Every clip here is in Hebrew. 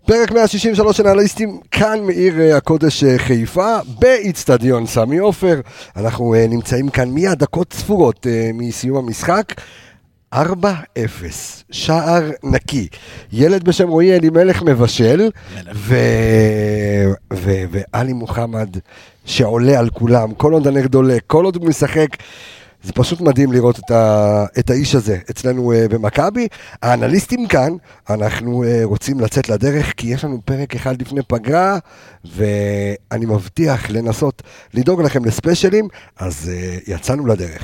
פרק 163 של אנליסטים כאן מעיר הקודש חיפה, באצטדיון סמי עופר. אנחנו נמצאים כאן מיד דקות ספורות מסיום המשחק. 4-0, שער נקי. ילד בשם רועי אלימלך מבשל, ואלי מוחמד שעולה על כולם, כל עוד הנר דולק, כל עוד הוא משחק. זה פשוט מדהים לראות את האיש הזה אצלנו במכבי. האנליסטים כאן, אנחנו רוצים לצאת לדרך, כי יש לנו פרק אחד לפני פגרה, ואני מבטיח לנסות לדאוג לכם לספיישלים, אז יצאנו לדרך.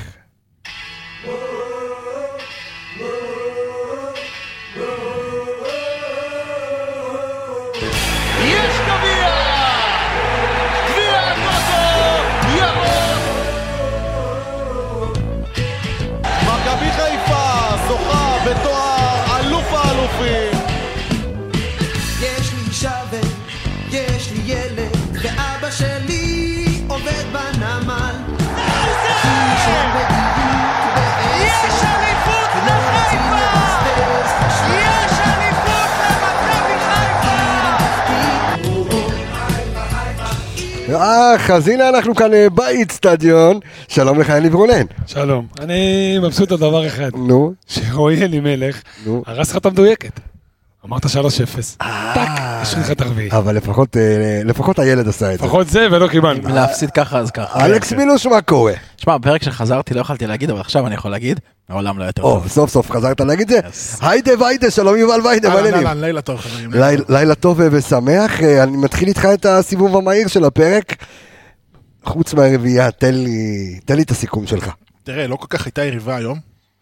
אז הנה אנחנו כאן באצטדיון. שלום לך יניב רונן. שלום. אני מבסוט על דבר אחד. נו? שרועי אלימלך הרס לך את המדויקת. אמרת 3-0. טק, יש לך את הרביעי. אבל לפחות הילד עשה את זה. לפחות זה ולא קיבלנו. להפסיד ככה אז ככה. אלכס מילוש, מה קורה? שמע, בפרק שחזרתי לא יכולתי להגיד, אבל עכשיו אני יכול להגיד, מעולם לא יותר טוב. סוף סוף חזרת להגיד זה? היידה ויידה, שלום יובל ויידה. לילה טוב חברים. לילה טוב ושמח. אני מתחיל איתך את הסיבוב המהיר של הפרק. חוץ מהרביעייה, תן לי את הסיכום שלך. תראה, לא כל כך הייתה יריבה היום.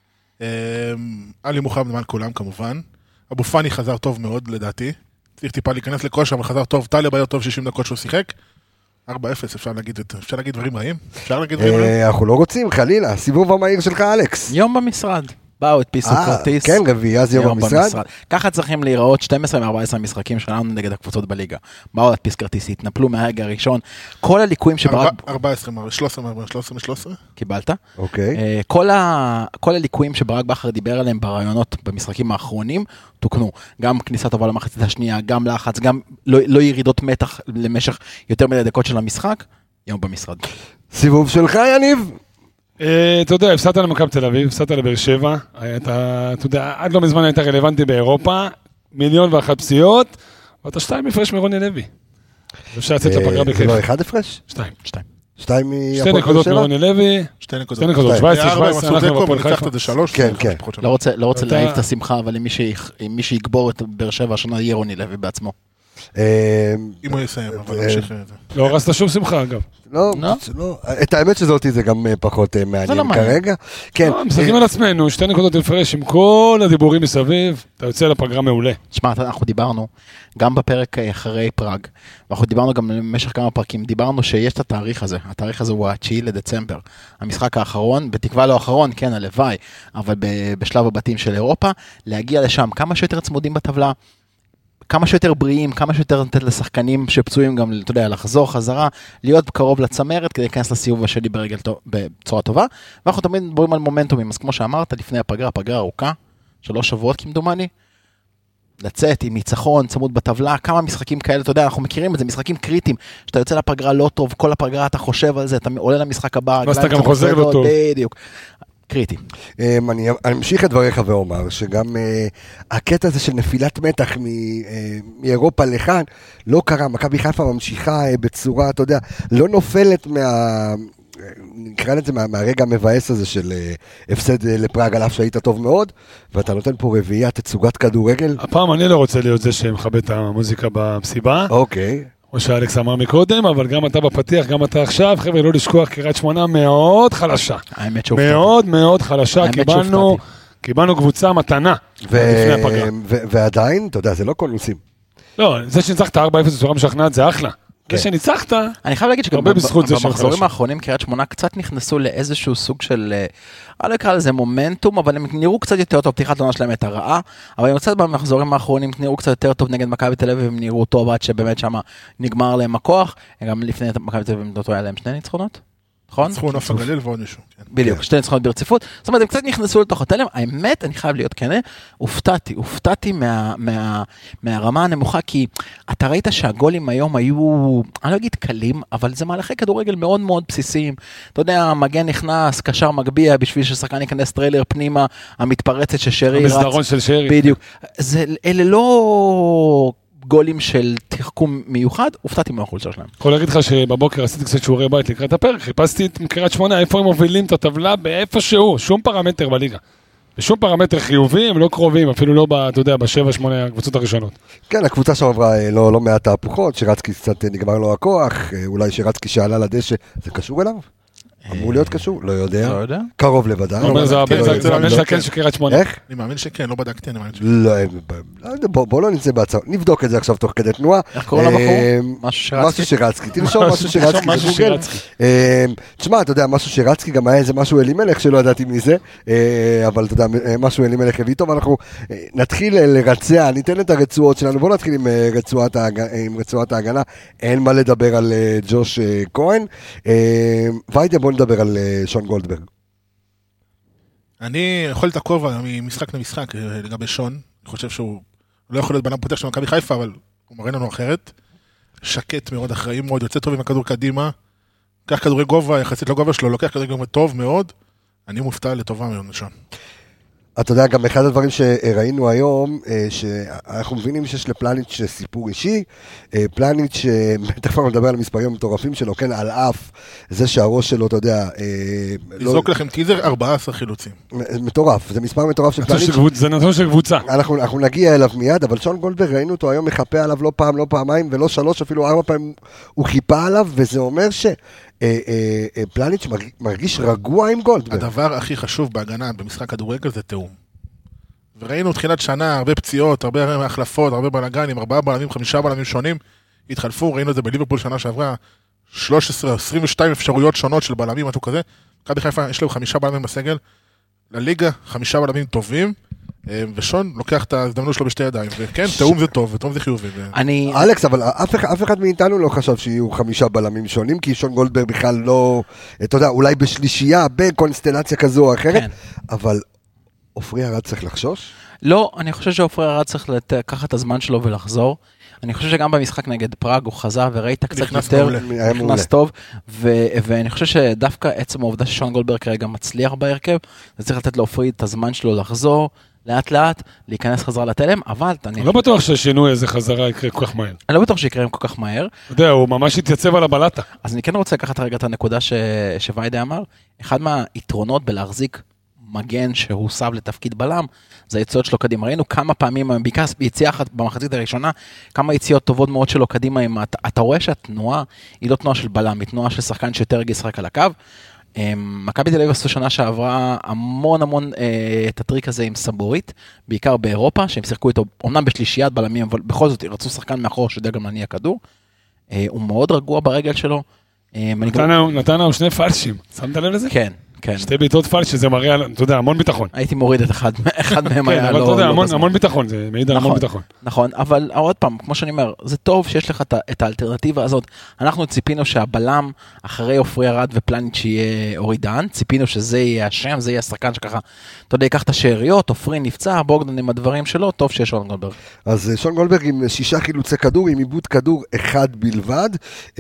אלי מוחמד למען כולם כמובן. אבו פאני חזר טוב מאוד לדעתי. צריך טיפה להיכנס לכושר, אבל חזר טוב. טלב היה טוב 60 דקות שהוא שיחק. 4-0, אפשר להגיד דברים רעים? אנחנו לא רוצים, חלילה. סיבוב המהיר שלך, אלכס. יום במשרד. באו, הדפיסו כרטיס. כן, רביעי, אז יום במשרד. ככה צריכים להיראות 12 מ-14 משחקים שלנו נגד הקבוצות בליגה. באו להדפיס כרטיס, התנפלו מהרגע הראשון. כל הליקויים שברק... 13 קיבלת? אוקיי. כל הליקויים שברק בכר דיבר עליהם ברעיונות במשחקים האחרונים, תוקנו. גם כניסת טובה למחצית השנייה, גם לחץ, גם לא ירידות מתח למשך יותר מדי דקות של המשחק. יום במשרד. סיבוב שלך, יניב? אתה יודע, הפסדת למכבי תל אביב, הפסדת לבאר שבע, אתה יודע, עד לא מזמן היית רלוונטי באירופה, 1,001,000 פציעות, ואתה 2 הפרש מרוני לוי. אפשר לצאת לפגרה בכיף. זה לא 1 הפרש? 2. 2 2 נקודות מרוני לוי, 2 נקודות, 17, אנחנו בפועל חיפה. כן, כן. לא רוצה להעיף את השמחה, אבל אם מי שיגבור את באר שבע השנה יהיה רוני לוי בעצמו. אם הוא יסיים, אבל נמשיך את זה. לא הרסת שום שמחה, אגב. לא, את האמת שזאתי זה גם פחות מעניין כרגע. כן. משחקים על עצמנו, 2 נקודות הפרש עם כל הדיבורים מסביב, אתה יוצא לפגרה מעולה. שמע, אנחנו דיברנו גם בפרק אחרי פראג, ואנחנו דיברנו גם במשך כמה פרקים, דיברנו שיש את התאריך הזה הוא 9 לדצמבר, המשחק האחרון, בתקווה לא האחרון, כן, הלוואי, אבל בשלב הבתים של אירופה, להגיע לשם כמה שיותר צמודים בטבלה, כמה שיותר בריאים, כמה שיותר נתת לשחקנים שפצועים גם, אתה יודע, לחזור חזרה, להיות קרוב לצמרת, כדי להיכנס לסיבוב השני בצורה טובה, ואנחנו תמיד מדברים על מומנטומים, אז כמו שאמרת, לפני הפגרה ארוכה, 3 שבועות כמדומני, לצאת עם ניצחון, צמוד בטבלה, כמה משחקים כאלה, אתה יודע, אנחנו מכירים את זה, משחקים קריטיים, שאתה יוצא לפגרה לא טוב, כל הפגרה אתה חושב על זה, אתה עולה למשחק הבא, ואז אתה גם חוזר לא טוב. בדיוק. קריטי. אני אמשיך את דבריך ואומר שגם הקטע הזה של נפילת מתח מאירופה לכאן לא קרה, מכבי חיפה ממשיכה בצורה, אתה יודע, לא נופלת נקרא לזה מהרגע המבאס הזה של הפסד לפראג על אף שהיית טוב מאוד, ואתה נותן פה רביעייה תצוגת כדורגל. הפעם אני לא רוצה להיות זה שמכבד את המוזיקה במסיבה. אוקיי. כמו שאלכס אמר מקודם, אבל גם אתה בפתיח, גם אתה עכשיו, חבר'ה, לא לשכוח, קריית שמונה מאוד חלשה. האמת שהופתעתי. מאוד מאוד חלשה, קיבלנו קבוצה מתנה לפני הפגרה. ועדיין, אתה יודע, זה לא כל נושאים. לא, זה שניצחת 4-0 בצורה משכנעת, זה אחלה. זה שניצחת, אני חייב להגיד שגם במחזורים האחרונים קריית שמונה קצת נכנסו לאיזשהו סוג של, אני לא אקרא לזה מומנטום, אבל הם נראו קצת יותר טוב, פתיחת עונה שלהם את הרעה, אבל אני רוצה במחזורים האחרונים נראו קצת יותר טוב נגד מכבי תל אביב, הם נראו טוב עד שבאמת שם נגמר להם הכוח, גם לפני מכבי תל אביב היה להם 2 ניצחונות, נכון? ניצחו נוף הגליל ועוד מישהו. בדיוק, שתי ניצחונות ברציפות. זאת אומרת, הם קצת נכנסו לתוך התלם. האמת, אני חייב להיות כנה, הופתעתי מהרמה הנמוכה, כי אתה ראית שהגולים היום היו, אני לא אגיד קלים, אבל זה מהלכי כדורגל מאוד מאוד בסיסיים. אתה יודע, מגן נכנס, קשר מגביע, בשביל ששחקן ייכנס טריילר פנימה, המתפרצת ששרי רץ. המסדרון של שרי. בדיוק. אלה לא גולים של תחכום מיוחד, הופתעתי מהחולשה שלהם. יכול להגיד לך שבבוקר עשיתי קצת שיעורי בית לקראת הפרק, חיפשתי את קריית שמונה, איפה הם מובילים את הטבלה, באיפה שהוא, שום פרמטר בליגה. ושום פרמטר חיובי, הם לא קרובים, אפילו לא, אתה יודע, ב7-8 הקבוצות הראשונות. כן, הקבוצה שם עברה לא מעט תהפוכות, שרצקי קצת נגמר לו הכוח, אולי שרצקי שעלה לדשא, זה קשור אליו? אמור להיות קשור? לא יודע. קרוב לוודאי. אומר, זה הבן שקל של קריית שמונה. איך? אני מאמין שכן, לא בדקתי, אני מאמין שכן. לא, בוא לא נמצא בהצעות, נבדוק את זה עכשיו תוך כדי תנועה. איך קוראים לבחור? משהו שרצקי, תרשום משהו שרצקי. תשמע, אתה יודע, משהו שרצקי, גם היה איזה משהו אלימלך שלא ידעתי מי זה, אבל אתה יודע, משהו אלימלך הביא טוב, אנחנו נתחיל לרצע, ניתן את הרצועות שלנו, בוא נתחיל עם רצועת ההגנה, אין מה לדבר על ג'וש כהן, ויידה, בוא נדבר על שון גולדברג. אני יכול לתעקוב ממשחק למשחק לגבי שון, אני חושב שהוא לא יכול להיות בלם פותח של מכבי חיפה, אבל הוא מראה לנו אחרת, שקט מאוד, אחראי מאוד, יוצא טוב עם הכדור קדימה, לוקח כדורי גובה, יחסית לגובה שלו, לוקח כדורי גובה טוב מאוד, אני מופתע לטובה מאוד שון. אתה יודע, גם אחד הדברים שראינו היום, שאנחנו מבינים שיש לפלניץ' סיפור אישי, פלניץ' תכף אנחנו נדבר על המספרים המטורפים שלו, כן, על אף זה שהראש שלו, אתה יודע... לזרוק לכם טיזר 14 חילוצים. מטורף, זה מספר מטורף של פלניץ'. זה נתון של קבוצה. אנחנו נגיע אליו מיד, אבל שון גולדברג, ראינו אותו היום מחפה עליו לא פעם, לא פעמיים, ולא 3, אפילו 4 פעמים הוא חיפה עליו, וזה אומר פלניץ' מרגיש רגוע עם גולדברג. הדבר הכי חשוב בהגנה במשחק כדורגל זה תיאום. וראינו תחילת שנה, הרבה פציעות, הרבה החלפות, הרבה בלגנים, 4 בלמים, 5 בלמים שונים, התחלפו, ראינו את זה בליברפול שנה שעברה, 13, 22 אפשרויות שונות של בלמים, משהו כזה. מכבי חיפה יש לו 5 בלמים בסגל, לליגה 5 בלמים טובים, ושון לוקח את ההזדמנות שלו בשתי ידיים, וכן, תאום זה טוב, ותאום זה חיובי. אלכס, אבל אף אחד מאיתנו לא חשב שיהיו 5 בלמים שונים, כי שון גולדברג בכלל לא, אתה יודע, אולי בשלישייה, בקונסטלציה כזו או אחרת, אבל עופרי ארד צריך לחשוש? לא, אני חושב שעופרי ארד צריך לקחת את הזמן שלו ולחזור. אני חושב שגם במשחק נגד פראג הוא חזר וראית קצת יותר, נכנס טוב, ואני חושב שדווקא עצם העובדה ששון גולדברג כרגע מצליח בהרכב, זה צריך לתת לעופרי את הזמן שלו לחזור, לאט לאט, להיכנס חזרה לתלם, אבל... אני לא בטוח ששינוי איזה חזרה יקרה כל כך מהר. אני לא בטוח שיקרה כל כך מהר. אתה יודע, הוא ממש התייצב על הבלטה. אז אני כן רוצה לקחת רגע את הנקודה שוויידה אמר, אחד מהיתרונות בלהחזיק מגן שהוא סב לתפקיד בלם, זה היציאות שלו קדימה. ראינו כמה פעמים, בעיקר ביציאה אחת במחצית הראשונה, כמה יציאות טובות מאוד שלו קדימה, אתה רואה שהתנועה היא לא תנועה של בלם, היא תנועה של שחקן שיותר רגיל לשחק על הקו. מכבי תל אביב עשו שנה שעברה המון את הטריק הזה עם סבורית, בעיקר באירופה, שהם שיחקו איתו, אומנם בשלישיית בלמים, אבל בכל זאת רצו שחקן מאחור שיודע גם להניע כדור. הוא מאוד רגוע ברגל שלו. נתן לנו 2 פלשים, שמת לב לזה? כן. כן. 2 בעיטות פלש, שזה מראה, אתה יודע, המון ביטחון. הייתי מוריד את אחד מהם היה לא... כן, אבל אתה יודע, המון ביטחון, זה מעיד על המון ביטחון. נכון, אבל עוד פעם, כמו שאני אומר, זה טוב שיש לך את האלטרנטיבה הזאת. אנחנו ציפינו שהבלם, אחרי עופרי ארד ופלניץ' יהיה אורי דהן, ציפינו שזה יהיה השם, זה יהיה השחקן שככה, אתה יודע, ייקח את השאריות, עופרי נפצע, בוגדן עם הדברים שלו, טוב שיש שון גולדברג. אז שון גולדברג עם 6 חילוצי כדור, עם עיבוד כדור 1 בלבד,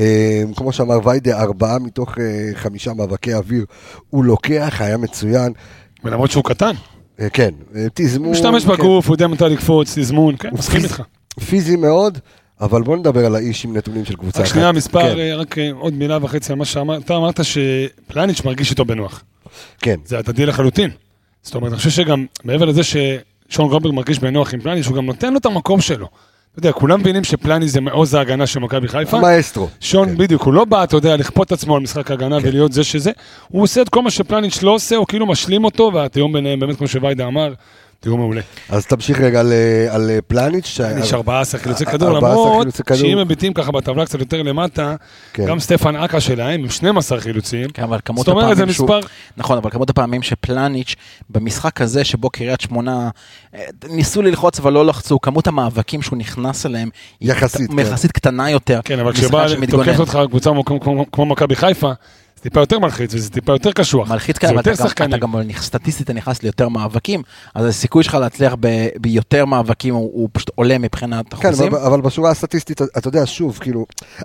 כמו שאמר ויידה, 4 מתוך 5 מאבקי אוויר הוא לוקח, היה מצוין. ולמרות שהוא קטן. כן, תזמון. משתמש בגוף, הוא יודע מתי לקפוץ, תזמון, כן, מסכים איתך. פיזי מאוד, אבל בוא נדבר על האיש עם נתונים של קבוצה. רק שנייה, מספר, רק עוד מילה וחצי על מה שאמרת, אתה אמרת שפלניץ' מרגיש איתו בנוח. כן. זה הדדי לחלוטין. זאת אומרת, אני חושב שגם, מעבר לזה ששון גולדברג מרגיש בנוח עם פלניץ', הוא גם נותן לו את המקום שלו. אתה יודע, כולם מבינים שפלניץ' זה מעוז ההגנה של מכבי חיפה. מאסטרו. שון, בדיוק, הוא לא בא, אתה יודע, לכפות עצמו על משחק ההגנה ולהיות זה שזה. הוא עושה את כל מה שפלניץ' לא עושה, הוא כאילו משלים אותו, והתיאום ביניהם, באמת כמו שוויידה אמר, תיאום מעולה. אז תמשיך רגע על פלניץ'. יש 14 חילוצי כדור, למרות שאם הם ביטים ככה בטבלה קצת יותר למטה, גם סטפן אקה שלהם עם 12 חילוצים. זאת אומרת, זה מספר... נכון, אבל כמות הפעמים שפלניץ' במשחק הזה שבו קריית שמונה ניסו ללחוץ אבל לא לחצו, כמות המאבקים שהוא נכנס אליהם היא יחסית קטנה יותר. כן, אבל כשבא תוקף אותך קבוצה כמו מכבי חיפה, זה טיפה יותר מלחיץ, וזה טיפה יותר קשוח. מלחיץ כאלה, אבל אתה גם סטטיסטית נכנס ליותר מאבקים, אז הסיכוי שלך להצליח ביותר מאבקים הוא פשוט עולה מבחינת אחוזים. כן, אבל בשורה הסטטיסטית, אתה יודע, שוב, כאילו,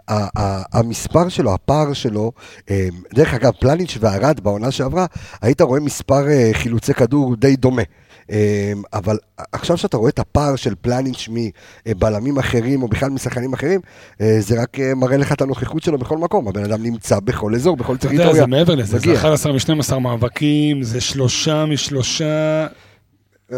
המספר שלו, הפער שלו, דרך אגב, פלניץ' והרד בעונה שעברה, היית רואה מספר חילוצי כדור די דומה. אבל עכשיו שאתה רואה את הפער של פלניץ' מבלמים אחרים או בכלל משחקנים אחרים, זה רק מראה לך את הנוכחות שלו בכל מקום. הבן אדם נמצא בכל אזור, בכל טריטוריה. זה מעבר לזה, זה 11 מ-12 מאבקים, זה 3 מ-3... 100%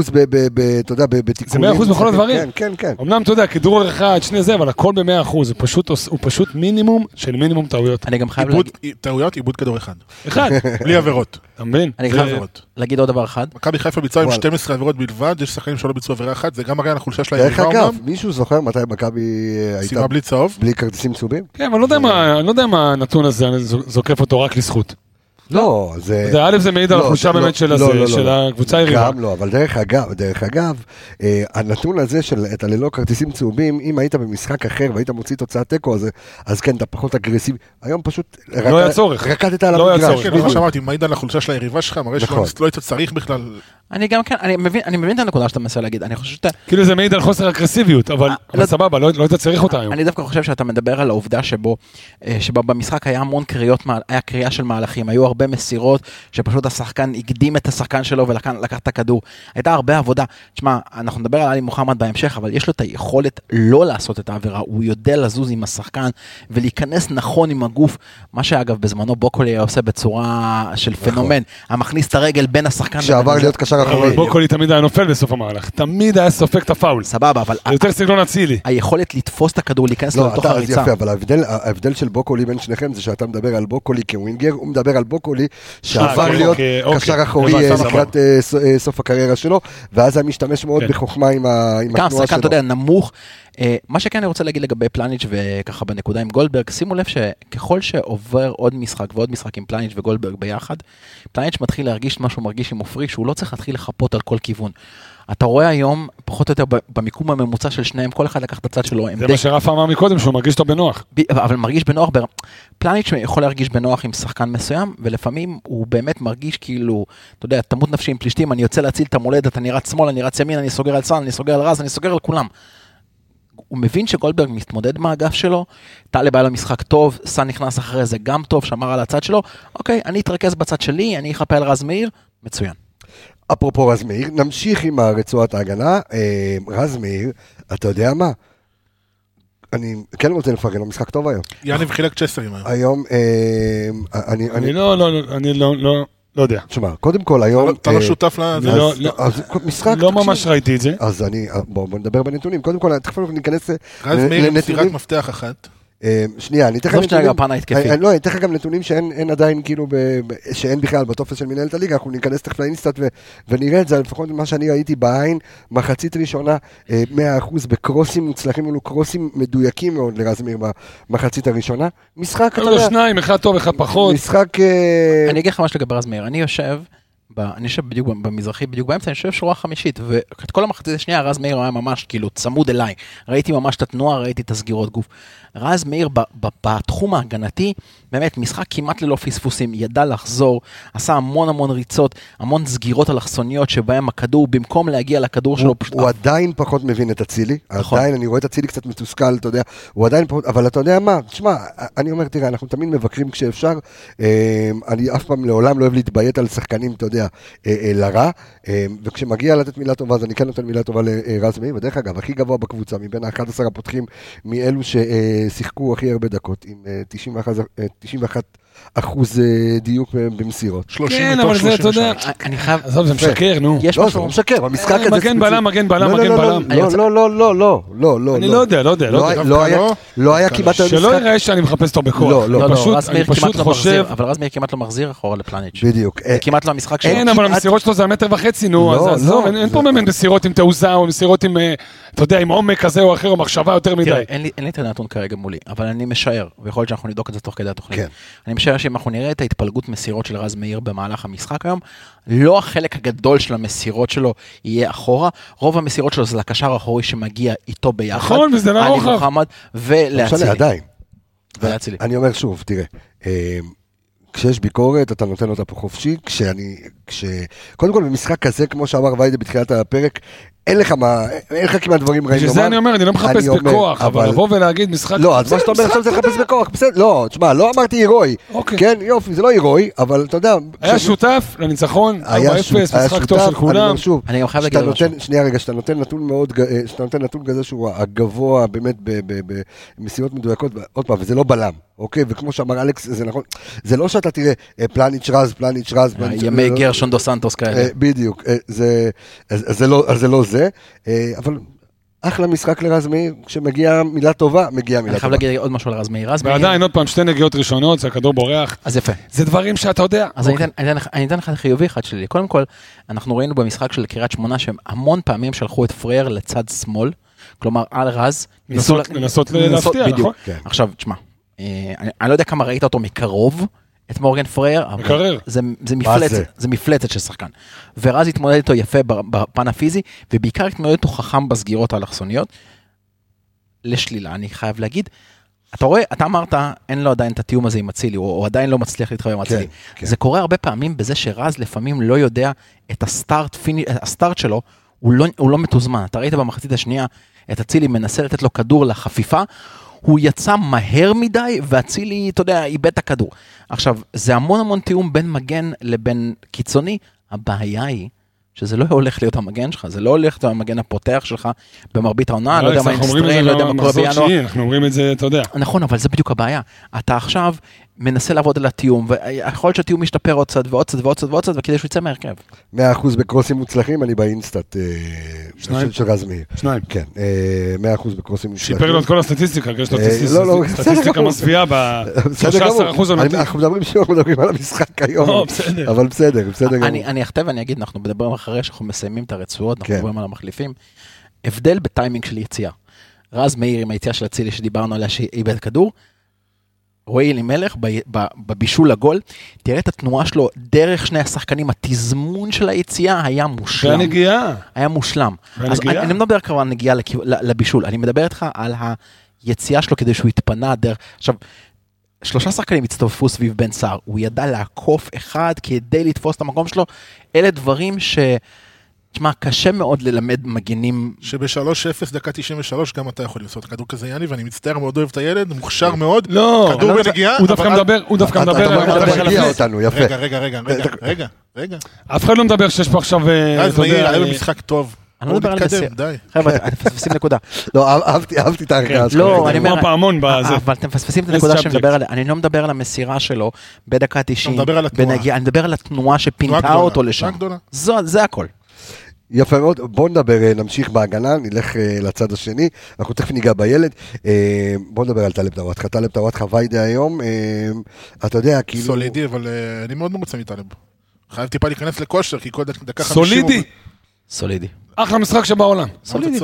אתה יודע, בתיקונים. זה 100% בכל הדברים. כן, כן. אמנם, אתה יודע, כדור אחד, שני זה, אבל הכל ב-100%. הוא פשוט מינימום של מינימום טעויות. אני גם חייב טעויות, איבוד כדור אחד. אחד. בלי עבירות. אתה מבין? אני חייב להגיד עוד דבר אחד. מכבי חיפה ביצוע עם 12 עבירות בלבד, יש שחקנים שלא ביצעו עבירה אחת, זה גם מראה על החולשה של דרך אגב, מישהו זוכר מתי מכבי הייתה בלי צהוב? בלי כרטיסים צהובים? כן, אבל אני לא יודע מה הנתון הזה, אני זוקף אותו רק לזכות. לא, זה... א' זה מעיד על החולשה באמת של הקבוצה היריבה. גם לא, אבל דרך אגב, הנתון הזה של את הללא כרטיסים צהובים, אם היית במשחק אחר והיית מוציא תוצאת תיקו, אז כן, אתה פחות אגרסיבי. היום פשוט... לא היה צורך. רקדת על המגרש. כן, מה שאמרתי, מעיד על החולשה של היריבה שלך, מראה שלא היית צריך בכלל... אני גם כן, אני מבין את הנקודה שאתה מנסה להגיד, אני חושב שאתה... כאילו זה מעיד על חוסר אגרסיביות, אבל סבבה, לא היית צריך אותה היום. אני דווקא חושב שאתה מדבר על העובדה שבה במשחק היה המון קריאות, היה קריאה של מהלכים, היו הרבה מסירות, שפשוט השחקן הקדים את השחקן שלו ולקח את הכדור. הייתה הרבה עבודה. תשמע, אנחנו נדבר על עלי מוחמד בהמשך, אבל יש לו את היכולת לא לעשות את העבירה, הוא יודע לזוז עם השחקן ולהיכנס נכון עם הגוף, מה שאגב בזמנו בוקולי היה עושה בצורה של פנומן, המכניס את הרגל בין השחקן שעבר להיות קשר אחורי. בוקולי תמיד היה נופל בסוף המהלך, תמיד היה סופק את הפאול. סבבה, אבל... יותר סגנון אצילי. היכולת לתפוס את הכדור, להיכנס לתוך הריצה. יפה, אבל ההבדל של בוקולי בין שניכם זה שאתה מדבר על בוקולי כווינגר, הוא מדבר על בוקולי שעבר להיות קשר אחורי לקראת סוף הקריירה שלו, ואז היה משתמש מאוד בחוכמה עם התנועה שלו. שחקן, אתה יודע, נמוך. מה שכן אני רוצה להגיד לגבי פלניץ' וככה בנקודה עם גולדברג, שימו לב שככל שעובר עוד משחק ועוד משחק עם פלניץ' וגולדברג ביחד, פלניץ' מתחיל להרגיש מה שהוא מרגיש עם עופרי, שהוא לא צריך להתחיל לחפות על כל כיוון. אתה רואה היום, פחות או יותר במיקום הממוצע של שניהם, כל אחד לקח את הצד שלו. זה מה שרף אמר מקודם, שהוא מרגיש אותו בנוח. אבל מרגיש בנוח, פלניץ' יכול להרגיש בנוח עם שחקן מסוים, ולפעמים הוא באמת מרגיש כאילו, אתה יודע, תמות נפשי עם פלישתים, אני יוצא להציל את המולדת, אני רץ שמאל, אני רץ ימין, אני סוגר על סן, אני סוגר על רז, אני סוגר על כולם. הוא מבין שגולדברג מתמודד מהאגף שלו, טלב היה לו משחק טוב, סן נכנס אחרי זה גם טוב, שמר על הצד שלו, אוקיי, אני אתרכז בצד שלי, אני אחפה על רז מאיר, מצוין. אפרופו רז מאיר, נמשיך עם רצועת ההגנה, רז מאיר, אתה יודע מה? אני כן רוצה לפרגן לו משחק טוב היום. יאניב חילק צ'סרים היום. אני לא יודע. תשמע, קודם כל היום... אתה לא שותף משחק... לא ממש ראיתי את זה. אז בוא נדבר בנתונים. קודם כל, תכף אנחנו ניכנס רז מאיר מסירת מפתח אחת. שנייה, אני אתן לך גם נתונים שאין עדיין כאילו, שאין בכלל בטופס של מנהלת הליגה, אנחנו ניכנס תכף לאינסטאט ונראה את זה, לפחות מה שאני ראיתי בעין, מחצית ראשונה 100% בקרוסים מוצלחים, אלו קרוסים מדויקים מאוד לרז מאיר במחצית הראשונה. משחק, אתה יודע... שניים, אחד טוב, אחד פחות. משחק... אני אגיד לך משהו לגבי רז מאיר, אני יושב בדיוק במזרחי, בדיוק באמצע, אני חושב שורה חמישית, ואת כל המחצית השנייה, רז מאיר היה ממש כאילו צמוד אליי, ראיתי ממש את התנועה, ראיתי את הסגירות גוף. רז מאיר בתחום ההגנתי, באמת משחק כמעט ללא פספוסים, ידע לחזור, עשה המון ריצות, המון סגירות אלכסוניות שבהם הכדור, במקום להגיע לכדור שלו פשוט... הוא עדיין פחות מבין את הצילי, עדיין אני רואה את הצילי קצת מתוסכל, אתה יודע, הוא עדיין פחות, אבל אתה יודע מה, תשמע, אני אומר, תראה, אנחנו תמיד מבקרים כשאפשר, אני אף פעם לעולם לא אוהב להתביית על שחקנים, אתה יודע, לרע, וכשמגיע לתת מילה טובה, אז אני כן נותן מילה טובה לרז מאיר, ודרך אגב, הכי גבוה בקבוצה, מבין ה-11 הפותחים, מאלו ששיחקו הכי הרבה דקות, עם 91% דיוק במסירות. 30 כן, אבל זה, אתה יודע, אני חייב... עזוב, זה משקר, נו. לא, זה לא משקר, במשחק הזה... מגן בלם. לא. אני לא יודע. לא היה כמעט... שלא יראה שאני מחפש אותו בכוח. אני פשוט חושב... אבל רז מאיר כמעט לא מחזיר אחורה לפלניץ'. בדיוק. כמעט לא המשחק שלו. כן, אבל המסירות שלו זה 1.5 מטר, נו, אז עזוב, אין פה באמת מסירות עם תעוזה, או מסירות עם, אתה יודע, עם עומק כזה או אחר, או מחשבה יותר מדי. אין לי את הנתון כרגע מולי, אבל אני משער, ויכול להיות שאנחנו נבדוק את זה תוך כדי התוכנית. אני משער שאם אנחנו נראה את ההתפלגות מסירות של רז מאיר במהלך המשחק היום, לא החלק הגדול של המסירות שלו יהיה אחורה, רוב המסירות שלו זה לקשר האחורי שמגיע איתו ביחד. נכון, וזה לרוחב. אני אומר שוב, תראה, כשיש ביקורת, אתה נותן אותה פה חופשי, קודם כל במשחק כזה, כמו שאמר ויידה בתחילת הפרק, אין לך כמעט דברים רעים לומר. שזה אני אומר, אני לא מחפש בכוח, אבל לבוא ולהגיד משחק... לא, אז מה שאתה אומר עכשיו זה לחפש בכוח, בסדר, לא, תשמע, לא אמרתי הירואי, כן, יופי, זה לא הירואי, אבל אתה יודע... היה שותף לניצחון, 4-0, משחק טוב של כולם. אני גם חייב להגיד משהו. שנייה רגע, שאתה נותן נתון כזה שהוא הגבוה באמת במשימות מדויקות, עוד פעם, וזה לא בלם, אוקיי? וכמו שאמר אלכס, זה נכון, זה לא שאתה תראה פלניץ' רז, ימי גרשון דו סנטוס כאלה. בדיוק, זה לא זה, אבל אחלה משחק לרז מאיר, כשמגיעה מילה טובה, מגיעה מילה טובה. אני חייב להגיד עוד משהו לרז מאיר. ועדיין, עוד פעם, 2 נגיעות ראשונות, שהכדור בורח. אז יפה. זה דברים שאתה יודע. אז אני אתן לך חיובי אחד שלי. קודם כל, אנחנו ראינו במשחק של קריית שמונה, שהם המון פעמים שלחו את פרייר לצד שמאל, כלומר, על רז. לנסות להפתיע, נכון? עכשיו, תשמע, אני לא יודע כמה ראית אותו מקרוב, את מורגן פרייר, אבל זה מפלצת של שחקן. ורז התמודד איתו יפה בפן הפיזי, ובעיקר התמודד איתו חכם בסגירות האלכסוניות. לשלילה, אני חייב להגיד, אתה רואה, אתה אמרת, אין לו עדיין את התיאום הזה עם אצילי, או עדיין לא מצליח להתחבר עם אצילי. זה קורה הרבה פעמים בזה שרז לפעמים לא יודע את הסטארט שלו, הוא לא מתוזמן. אתה ראית במחצית השנייה, את אצילי מנסה לתת לו כדור לחפיפה, הוא יצא מהר מדי, והצילי, אתה יודע, איבד את הכדור. עכשיו, זה המון תיאום בין מגן לבין קיצוני. הבעיה היא שזה לא הולך להיות המגן שלך, זה לא הולך להיות המגן הפותח שלך במרבית העונה, לא יודע מה אינסטריין, לא יודע מה קורה בינואר. אנחנו אומרים את זה, אתה יודע. נכון, אבל זה בדיוק הבעיה. אתה עכשיו מנסה לעבוד על התיאום, ויכול להיות שהתיאום משתפר עוד קצת ועוד קצת, וכדי שהוא יצא מהרכב. 100% בקרוסים מוצלחים, אני באינסטאט של רז מאיר. 2. כן, 100% בקרוסים מוצלחים. שיפר לו את כל הסטטיסטיקה, יש לו סטטיסטיקה מסביעה ב-13% עונתי. אנחנו מדברים על המשחק היום, אבל בסדר. אני אכתב ואני אגיד, אנחנו מדברים אחרי שאנחנו מסיימים את הרצועות, אנחנו מדברים על המחליפים. הבדל בטיימינג של יציאה. רז מאיר עם היציאה של אצילי שדיברנו עליה שאיבד כדור, רועי אלימלך בבישול לגול, תראה את התנועה שלו דרך שני השחקנים, התזמון של היציאה היה מושלם. והנגיעה. היה מושלם. אז אני מדבר כבר נגיעה לבישול, אני מדבר איתך על היציאה שלו כדי שהוא יתפנה דרך, עכשיו, 3 שחקנים הצטופפו סביב בן סער, הוא ידע לעקוף אחד כדי לתפוס את המקום שלו, אלה דברים תשמע, קשה מאוד ללמד מגנים. שב-3-0 דקה 93 גם אתה יכול לעשות כדור כזה יאני, ואני מצטער מאוד אוהב את הילד, מוכשר מאוד, כדור בנגיעה. הוא דווקא מדבר אתה מגיע אותנו, יפה. רגע. אף אחד לא מדבר שיש פה עכשיו, אז מאיר, היה במשחק טוב. אני לא מדבר על מסירה. די. חבר'ה, אתם מפספסים נקודה. לא, אהבתי את ההרגעה שלך. לא, אני אומר, פעמון בזה. אבל אתם מפספסים את הנקודה שמדבר עליה. אני לא מדבר על המסירה שלו בדקה 90. אני מדבר על התנועה שפינתה אותו לשם. זה הכל. יפה מאוד, בוא נמשיך בהגנה, נלך לצד השני, אנחנו תכף ניגע בילד, בוא נדבר על טלב טוואטחה, טלב טוואטחה ויידה היום, אתה יודע, כאילו... סולידי, אבל אני מאוד מרוצה מטלב. חייב טיפה להיכנס לכושר, כי כל דקה 50... סולידי? סולידי. אחלה משחק שבעולם. סולידי.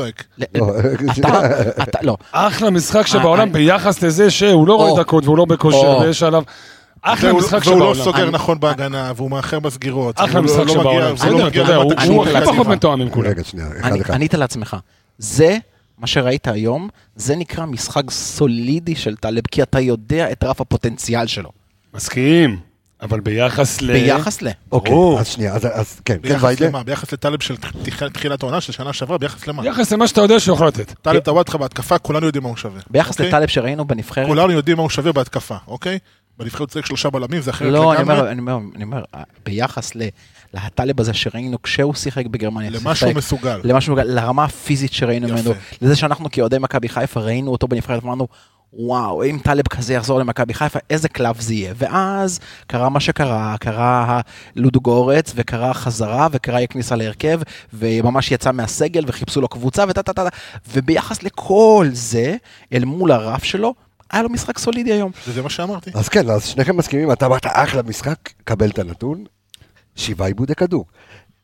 לא. אחלה משחק שבעולם ביחס לזה שהוא לא רואה דקות והוא לא בכושר ויש עליו... אחלה משחק שבעולם. והוא לא סוגר נכון בהגנה, והוא מאחר בסגירות. אחלה משחק שבעולם. הוא הכי פחות מתואם עם כולם. רגע, שנייה, אחד. ענית לעצמך. זה, מה שראית היום, זה נקרא משחק סולידי של טלב, כי אתה יודע את רף הפוטנציאל שלו. מסכים, אבל ביחס ל... אוקיי, אז שנייה, אז כן, ביחס למה? ביחס לטלב של תחילת העונה של שנה שעברה, ביחס למה? ביחס למה שאתה יודע שיכול לתת. טלב טוואטחה בהתקפה, כולנו יודעים מה הוא שווה. ביחס לטלב שראינו בנבחרת... כולנו יודעים מה הוא שווה בהתקפה, אוקיי? בנבחרת צריך 3 בלמים, זה אחרת לגמרי. לא, אני אומר, ביחס להטלב הזה שראינו כשהוא שיחק בגרמניה. למשהו מסוגל. לרמה הפיזית שראינו ממנו. לזה שאנחנו כאוהדי מכבי חיפה ראינו אותו בנבחרת ואמרנו, וואו, אם טלב כזה יחזור למכבי חיפה, איזה קלף זה יהיה. ואז קרה מה שקרה, קרה לודוגורץ, וקרה חזרה, וקרה כניסה להרכב, וממש יצא מהסגל, וחיפשו לו קבוצה, וביחס לכל זה, אל מול הרף שלו, היה לו משחק סולידי היום. זה מה שאמרתי. אז כן, אז שניכם מסכימים, אתה אמרת אחלה משחק, קבל את הנתון, 7 עיבודי כדור.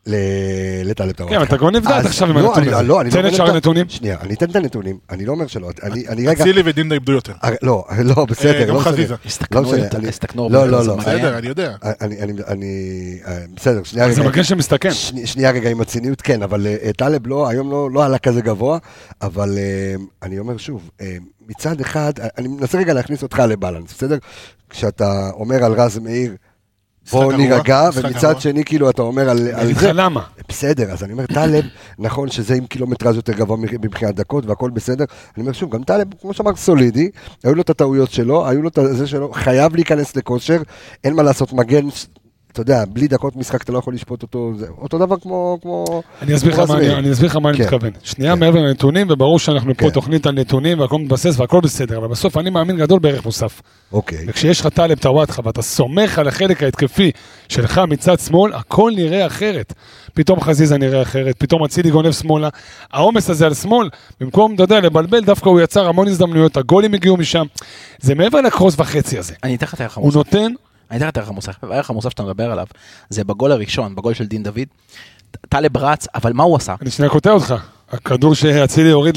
לטלב טוואטחה. כן, אתה כבר נבדעת עכשיו עם הנתונים. תן את שאר הנתונים. שנייה, אני אתן את הנתונים, אני לא אומר שלא, אני רגע... אצילי ודינדה איבדו יותר. לא, בסדר, גם חזיזה. הסתכנו, לא. בסדר, אני יודע. בסדר, שנייה רגע. זה מגן שמסתכן. שנייה רגע עם הציניות, כן, אבל טלב היום לא עלה כזה גבוה, אבל אני אומר שוב, מצד אחד, אני מנסה רגע להכניס אותך לבלנס, בסדר? כשאתה אומר על רז מאיר, בוא נירגע, ומצד שני כאילו אתה אומר על זה. למה? בסדר, אז אני אומר, טלב, נכון שזה עם קילומטרז יותר גבוה מבחינת דקות והכל בסדר, אני אומר שוב, גם טלב, כמו שאמר, סולידי, היו לו את הטעויות שלו, היו לו את זה שלו, חייב להיכנס לכושר, אין מה לעשות, מגן, אתה יודע, בלי דקות משחק אתה לא יכול לשפוט אותו, זה אותו דבר כמו... אני אסביר לך מה אני מתכוון. שנייה מעבר לנתונים, וברור שאנחנו פה תוכנית על נתונים, והכל מתבסס והכל בסדר, אבל בסוף אני מאמין גדול בערך מוסף. אוקיי. וכשיש לך טלב טוואטחה, ואתה סומך על החלק ההתקפי שלך מצד שמאל, הכל נראה אחרת. פתאום חזיזה נראה אחרת, פתאום אצילי גונב שמאלה. העומס הזה על שמאל, במקום, אתה יודע, לבלבל, דווקא הוא יצר המון הזדמנויות, הגולים הגיעו משם. זה מעבר לקרוס וחצי הזה. אני אתן לך את הערך הוא נותן אני אתן לך את הערך המוסף שאתה מדבר עליו, זה בגול הראשון, בגול של דין דוד, טלב רץ, אבל מה הוא עשה? אני שנייה קוטע אותך, הכדור שאצילי הוריד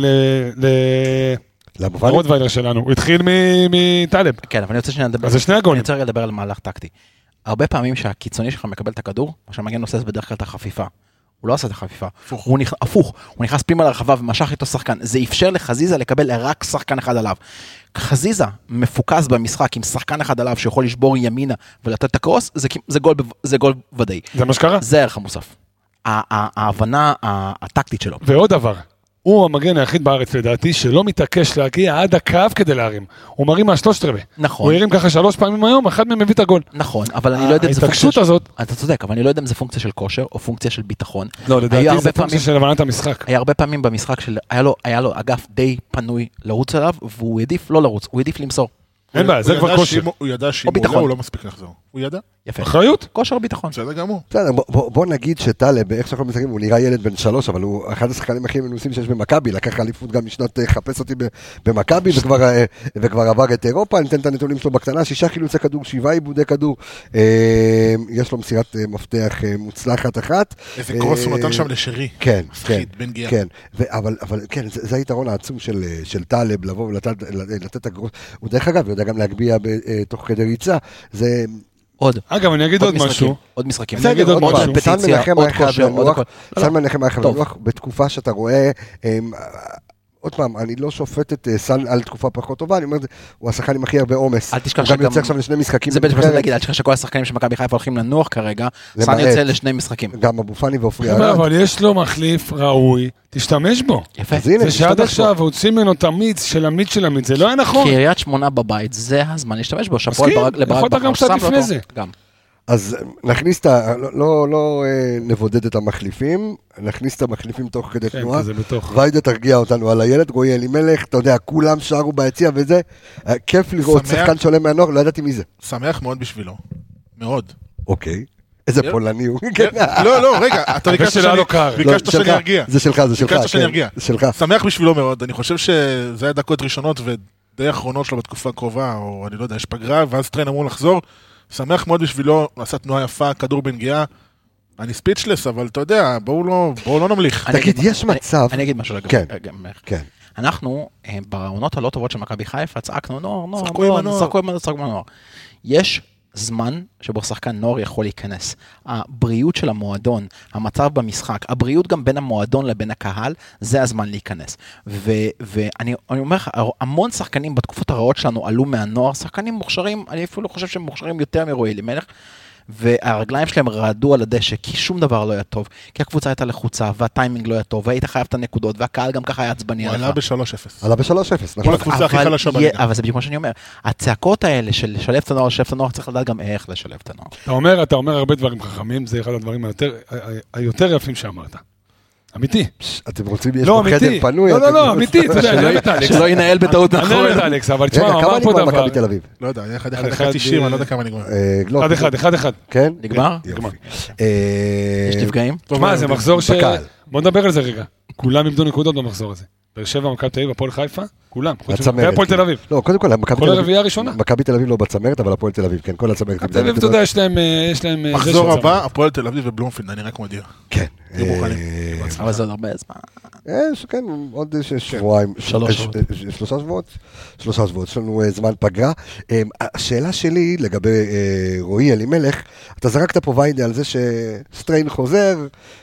לרוטוויילר שלנו, הוא התחיל מטלב. כן, אבל אני רוצה שנייה לדבר, אז זה שני הגולים. אני רוצה לדבר על מהלך טקטי. הרבה פעמים שהקיצוני שלך מקבל את הכדור, מה שהמגן עושה זה בדרך כלל את החפיפה. הוא לא עשה את החפיפה, הפוך, הוא נכנס פנימה לרחבה ומשך איתו שחקן, זה אפשר לחזיזה לקבל רק שחקן אחד עליו. חזיזה מפוקס במשחק עם שחקן אחד עליו שיכול לשבור ימינה ולתת את הקרוס, זה גול ודאי. זה מה שקרה? זה הערך המוסף. ההבנה הטקטית שלו. ועוד דבר, הוא המגן היחיד בארץ לדעתי שלא מתעקש להגיע עד הקו כדי להרים. הוא מרים מהשלושת רבעי. נכון. הוא הרים ככה 3 פעמים היום, אחד מהם מביא את הגול. נכון, אבל אני לא יודע אם זה פונקציה... ההתעקשות הזאת... אתה צודק, אבל אני לא יודע אם זה פונקציה של כושר או פונקציה של ביטחון. לא, לדעתי זה פונקציה של הבנת המשחק. היה הרבה פעמים במשחק היה לו אגף די פנוי לרוץ עליו, והוא העדיף לא לרוץ, הוא העדיף למסור. אין בעיה, זה כבר כושר. הוא ידע שאם הוא עולה הוא לא מספיק לחזור. הוא ידע. יפה. אחריות? כושר ביטחון. בסדר גמור. בסדר, בוא נגיד שטלב, איך שאנחנו משחקים, הוא נראה ילד בן 3, אבל הוא אחד השחקנים הכי מנוסים שיש במכבי, לקח אליפות גם משנת חפש אותי במכבי, וכבר עבר את אירופה, אני אתן את הנתונים שלו בקטנה, 6 חילוצי כדור, 7 עיבודי כדור, יש לו מסירת מפתח מוצלחת אחת. איזה קרוס הוא נתן שם לשרי. כן, כן, אבל כן, זה היתרון העצום של טלב, לבוא ולתת את הקרוס, הוא דרך אגב, יודע גם להגביע תוך כדי ריצה, זה... אגב, אני אגיד עוד משהו. עוד משחקים. אני אגיד עוד משהו. סן מנחם היה חייב לנוח בתקופה שאתה רואה, עוד פעם, אני לא שופט את סן על תקופה פחות טובה, אני אומר, הוא השחקן עם הכי הרבה עומס. אל תשכח שגם... הוא גם יוצא עכשיו לשני משחקים. זה בדיוק מה שאני להגיד, אל תשכח שכל השחקנים של מכבי חיפה הולכים לנוח כרגע, סן יוצא לשני משחקים. גם אבו פאני ואופרי ארד. אבל יש לו מחליף ראוי, תשתמש בו. יפה. זה שעד עכשיו הוציא ממנו את המיץ של המיץ, זה לא היה נכון. קריית שמונה בבית, זה הזמן להשתמש בו. מסכים, יכולת גם קצת לפני זה. אז נכניס לא נבודד את המחליפים, נכניס את המחליפים תוך כדי תנועה, ויידה תרגיע אותנו על הילד, רועי אלימלך, אתה יודע, כולם שרו ביציע וזה, כיף לראות שחקן שעולה מהנוער, לא ידעתי מי זה. שמח מאוד בשבילו, מאוד. אוקיי, איזה פולני הוא. לא, רגע, אתה ביקשת שאני ארגיע. זה שלך. ביקשת שאני ארגיע. שמח בשבילו מאוד, אני חושב שזה היה דקות ראשונות ודי אחרונות שלו בתקופה הקרובה, או אני לא יודע, יש פגרה, ואז טרן אמור לחזור. שמח מאוד בשבילו, עשה תנועה יפה, כדור בנגיעה. אני ספיצ'לס, אבל אתה יודע, בואו לא נמליך. תגיד, יש מצב... אני אגיד משהו לגבי. כן. אנחנו, בעונות הלא טובות של מכבי חיפה, צעקנו נוער, שחקו עם הנוער. יש זמן שבו שחקן נוער יכול להיכנס. הבריאות של המועדון, המצב במשחק, הבריאות גם בין המועדון לבין הקהל, זה הזמן להיכנס. ואני אומר לך, המון שחקנים בתקופות הרעות שלנו עלו מהנוער, שחקנים מוכשרים, אני אפילו חושב שהם מוכשרים יותר מרועי אלימלך, והרגליים שלהם רעדו על הדשא, כי שום דבר לא היה טוב, כי הקבוצה הייתה לחוצה, והטיימינג לא היה טוב, והיית חייב את הנקודות, והקהל גם ככה היה עצבני עליך. הוא עלה ב-3-0. כל הקבוצה הכי חלשה בליגה. אבל זה בדיוק מה שאני אומר, הצעקות האלה של לשלב את הנוער, צריך לדעת גם איך לשלב את הנוער. אתה אומר הרבה דברים חכמים, זה אחד הדברים היותר יפים שאמרת. אמיתי. אתם רוצים, יש פה חדר פנוי. לא, אמיתי, אתה יודע, אני אוהב את אלכס. שלא ינהל בטעות אני אוהב את אלכס, אבל תשמע, אמר פה דבר. מכבי תל אביב. לא יודע, 1-1, 90, אני לא יודע כמה נגמר. 1-1. כן? נגמר? יש נפגעים? מה, זה מחזור ש... בוא נדבר על זה רגע. כולם איבדו נקודות במחזור הזה. באר שבע, מכבי תל אביב, הפועל חיפה, כולם. בצמרת. והפועל תל אביב. לא, קודם כל, כל הרביעייה הראשונה. מכבי תל אביב לא בצמרת, אבל הפועל תל אביב, כן, כל הצמרת. מכבי תל אביב, אתה יודע, יש להם... מחזור הבא, הפועל תל אביב ובלומפילד, אני רק מודיע. כן. אבל זה עוד הרבה זמן. כן, עוד שבועיים. 3 שבועות? 3 שבועות, יש לנו זמן פגרה. השאלה שלי לגבי רועי אלימלך, אתה זרקת פה ויידה על זה שסטריין חוזר,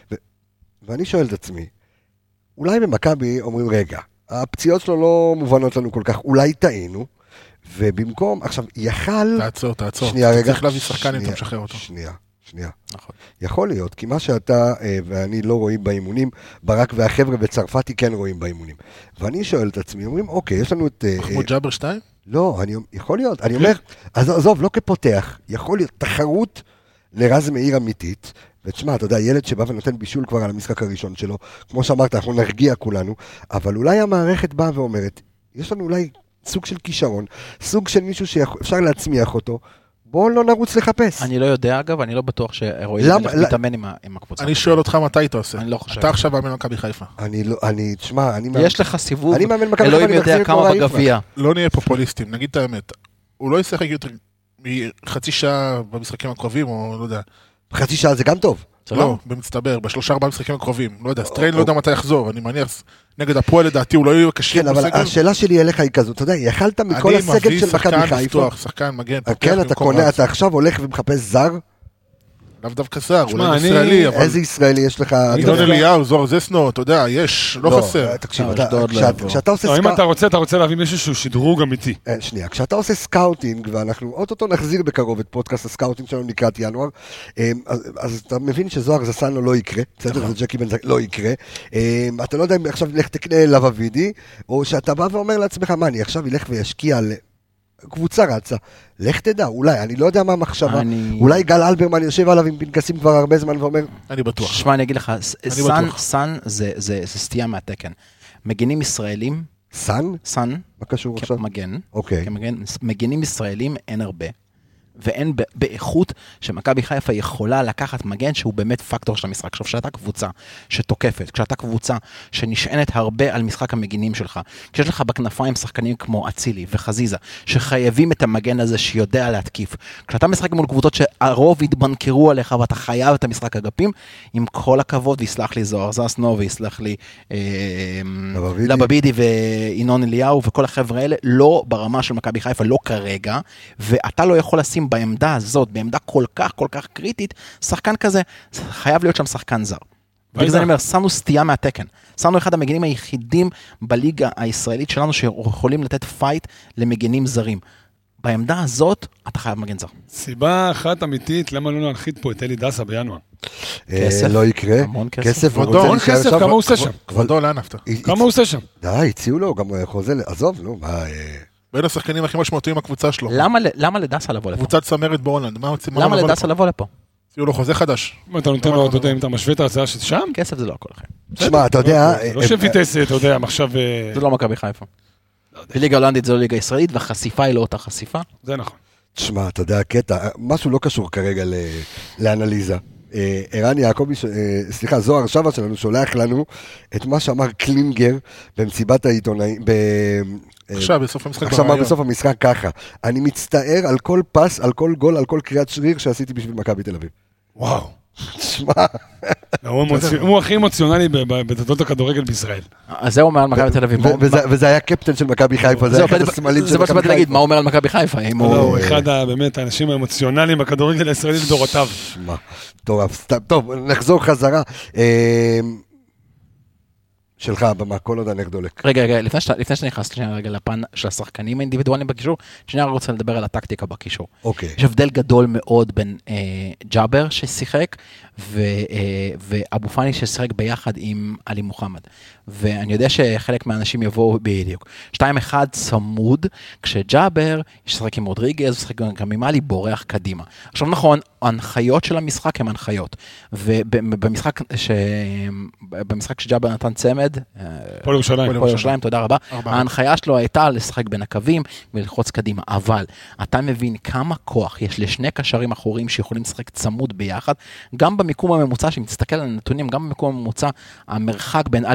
ואני שואל את עצמי, אולי במכבי אומרים, רגע, הפציעות שלו לא מובנות לנו כל כך, אולי טעינו, ובמקום, עכשיו, יכל... תעצור. שנייה, רגע. צריך להביא שחקן אם אתה משחרר אותו. שנייה. יכול להיות, כי מה שאתה ואני לא רואים באימונים, ברק והחבר'ה בצרפתי כן רואים באימונים. ואני שואל את עצמי, אומרים, אוקיי, יש לנו את... מחמוד ג'אבר 2? לא, יכול להיות. אני אומר, עזוב, לא כפותח, יכול להיות תחרות לרז מאיר אמיתית, ותשמע, אתה יודע, ילד שבא ונותן בישול כבר על המשחק הראשון שלו, כמו שאמרת, אנחנו נרגיע כולנו, אבל אולי המערכת באה ואומרת, יש לנו אולי סוג של כישרון, סוג של מישהו שאפשר להצמיח אותו, בואו לא נרוץ לחפש. אני לא יודע, אגב, אני לא בטוח שרועי מתאמן עם הקבוצה. אני שואל אותך מתי אתה עושה. אני לא חושב. אתה עכשיו מאמן מכבי חיפה. תשמע, יש לך סיבוב, אלוהים יודע כמה בגביע. לא נהיה פופוליסטים, נגיד את האמת. הוא לא ישחק יותר מחצי שעה במשחקים הקרובים, או לא יודע. חצי שעה זה גם טוב. לא, במצטבר, ב3-4 משחקים הקרובים. לא יודע, סטריין לא יודע מתי יחזור, אני מניח, נגד הפועל לדעתי הוא לא יהיה קשיר בסגל. כן, אבל השאלה שלי אליך היא כזאת, אתה יודע, יכלת מכל הסגל של מכבי חיפה. שחקן מגן, כן, אתה קונה, אתה עכשיו הולך ומחפש זר? לאו דווקא זר, אולי ישראלי, אבל... איזה ישראלי יש לך? עידון אליהו, זוהר זסנו, אתה יודע, יש, לא חסר. תקשיב, כשאתה עושה... אם אתה רוצה להביא מישהו שהוא שדרוג אמיתי. שנייה, כשאתה עושה סקאוטינג, ואנחנו אוטוטו נחזיר בקרוב את פודקאסט הסקאוטינג שלנו לקראת ינואר, אז אתה מבין שזוהר זסנו לא יקרה, בסדר, זה ג'קי בן זק, לא יקרה. אתה לא יודע אם עכשיו לך תקנה אליו אבידי, או שאתה בא ואומר לעצמך, מה, אני עכשיו ילך וישקיע על... קבוצה רצה, לך תדע, אולי, אני לא יודע מה המחשבה, אולי גל אלברמן יושב עליו עם פנקסים כבר הרבה זמן ואומר, אני בטוח. שמע, אני אגיד לך, סן זה סטייה מהתקן. מגנים ישראלים, סן? סן, מה קשור עכשיו? כמגן, אוקיי. מגנים ישראלים אין הרבה, ואין באיכות שמכבי חיפה יכולה לקחת מגן שהוא באמת פקטור של המשחק. עכשיו, כשאתה קבוצה שתוקפת, כשאתה קבוצה שנשענת הרבה על משחק המגינים שלך, כשיש לך בכנפיים שחקנים כמו אצילי וחזיזה, שחייבים את המגן הזה שיודע להתקיף, כשאתה משחק מול קבוצות שהרוב יתבנקרו עליך ואתה חייב את המשחק אגפים, עם כל הכבוד, ויסלח לי זוהר זסנו, ויסלח לי לבבידי ואינון אליהו וכל החבר'ה האלה, לא ברמה של מכבי חיפה, לא כרגע, ואתה לא יכול לשים בעמדה הזאת, בעמדה כל כך קריטית, שחקן כזה, חייב להיות שם שחקן זר. בגלל זה אני אומר, שנו סטייה מהתקן. שנו אחד המגנים היחידים בליגה הישראלית שלנו, שיכולים לתת פייט למגנים זרים. בעמדה הזאת, אתה חייב מגן זר. סיבה אחת אמיתית, למה לא להנחית פה את אלי דסה בינואר? כסף. לא יקרה. המון כסף. המון כסף, כמה הוא עושה שם? כבודו, לאן נפת? כמה הוא עושה שם? די, הציעו לו, גם חוזה, עזוב, נו, מה... בין השחקנים הכי משמעותיים הקבוצה שלו. למה לדסה לבוא לפה? קבוצת צמרת בהולנד. למה לדסה לבוא לפה? ציעו לו חוזה חדש. אם אתה נותן לו, אתה יודע, אם אתה משווה את ההצעה ששם? כסף זה לא הכל אחר. תשמע, אתה יודע... לא שפיטס, אתה יודע, עכשיו... זה לא מכבי חיפה. וליגה הולנדית זה לא ליגה ישראלית, והחשיפה היא לא אותה חשיפה. זה נכון. תשמע, אתה יודע, קטע, משהו לא קשור כרגע לאנליזה. ערן יעקבי, סליחה, זוהר שווה שלנו שולח לנו את מה שאמר קלינגר במסיבת העיתונאים, עכשיו, בסוף המשחק. עכשיו אמר בסוף המשחק ככה, אני מצטער על כל פס, על כל גול, על כל קריאת שריר שעשיתי בשביל מכבי תל אביב. וואו. תשמע. הוא הכי אמוציונלי בתולדות הכדורגל בישראל. אז זה אומר על מכבי תל אביב. וזה היה קפטן של מכבי חיפה, זה היה אחד הסמלים של מכבי חיפה. זה מה שבאתי להגיד, מה אומר על מכבי חיפה? הוא אחד באמת האנשים האמוציונליים בכדורגל הישראלי לדורותיו. תשמע, טוב, נחזור חזרה. שלך, במה, כל עוד הנך דולק. רגע, לפני שאני נכנס רגע לפן של השחקנים האינדיבידואליים בקישור, שנייה רוצה לדבר על הטקטיקה בקישור. אוקיי. יש הבדל גדול מאוד בין ג'אבר ששיחק, ואבו פאני ששיחק ביחד עם עלי מוחמד. ואני יודע שחלק מהאנשים יבואו בדיוק. 2-1 צמוד, כשג'אבר ישחק עם רודריגז, ישחק גם עם עלי, בורח קדימה. עכשיו נכון, ההנחיות של המשחק הן הנחיות. ובמשחק שג'אבר נתן צמד, פועל ירושלים, תודה רבה. ההנחיה שלו הייתה לשחק בין הקווים וללחוץ קדימה. אבל אתה מבין כמה כוח יש לשני קשרים אחוריים שיכולים לשחק צמוד ביחד, גם במיקום הממוצע, שמתסתכל על הנתונים, גם במיקום הממוצע, המרחק בין עלי מוחמד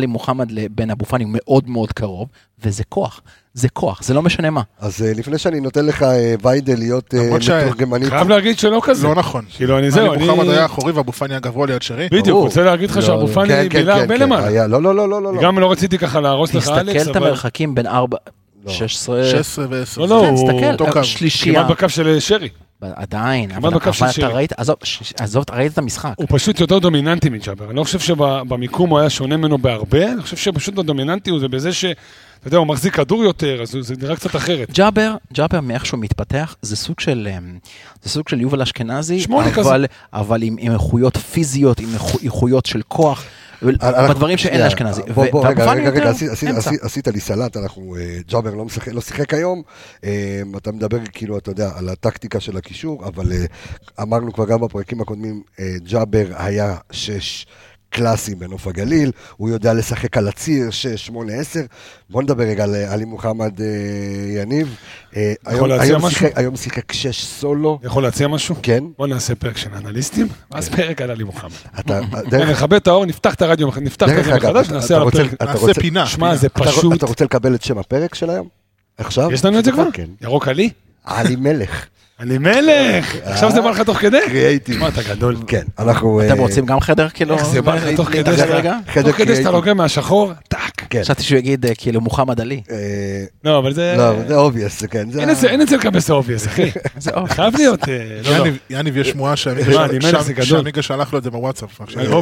מוחמד לבין אבו פאני הוא מאוד מאוד קרוב, וזה כוח, זה כוח, זה לא משנה מה. אז לפני שאני נותן לך ויידה להיות מתורגמנית. חייב להגיד שלא כזה. לא נכון. כאילו אני זהו, אני... מוחמד היה אחורי ואבו פאני הגבוה ליד שרי. בדיוק, רוצה להגיד לך שאבו פאני בילה הרבה למעלה. לא. גם לא רציתי ככה להרוס לך אלכס, תסתכל את המרחקים בין 16 ו-10. לא, תסתכל, שלישייה. כמעט בקו של שרי. עדיין, אבל אתה ראית, עזוב, ראית את המשחק. הוא פשוט יותר דומיננטי מג'אבר. אני לא חושב שבמיקום הוא היה שונה ממנו בהרבה, אני חושב שפשוט הדומיננטי הוא זה בזה ש... אתה יודע, הוא מחזיק כדור יותר, אז זה נראה קצת אחרת. ג'אבר מאיך שהוא מתפתח, זה סוג של יובל אשכנזי, אבל עם איכויות פיזיות, עם איכויות של כוח, בדברים שאין לאשכנזי. בוא, רגע, עשית לי סלט, ג'אבר לא שיחק היום, אתה מדבר כאילו, אתה יודע, על הטקטיקה של הקישור, אבל אמרנו כבר גם בפרקים הקודמים, ג'אבר היה 6 קלאסי בנוף הגליל, הוא יודע לשחק על הציר 6, 8, 10, בוא נדבר רגע על עלי מוחמד יניב, היום שיחק 6 סולו. יכול להציע משהו? כן. בוא נעשה פרק של אנליסטים, אז פרק על עלי מוחמד. נכבד את האור, נפתח את הרדיו, נפתח את הרדיו מחדש, נעשה על הפרק. נעשה פינה. שמע, זה פשוט. אתה רוצה לקבל את שם הפרק של היום? עכשיו? יש לנו את זה כבר? ירוק עלי? עלי מלך. אני מלך! עכשיו זה בא לך תוך כדי? קריאייטיב. מה, אתה גדול. כן, אנחנו... אתם רוצים גם חדר כאילו? איך זה בא לך תוך כדי שאתה לוגע מהשחור? טאק. חשבתי שהוא יגיד כאילו מוחמד עלי. לא, אבל זה... לא, זה אובייס, כן. אין את זה לקבס אובייס, אחי. זה אובייס. חייב להיות... יניב, יש שמועה שעמיגה שלח לו את זה בוואטסאפ.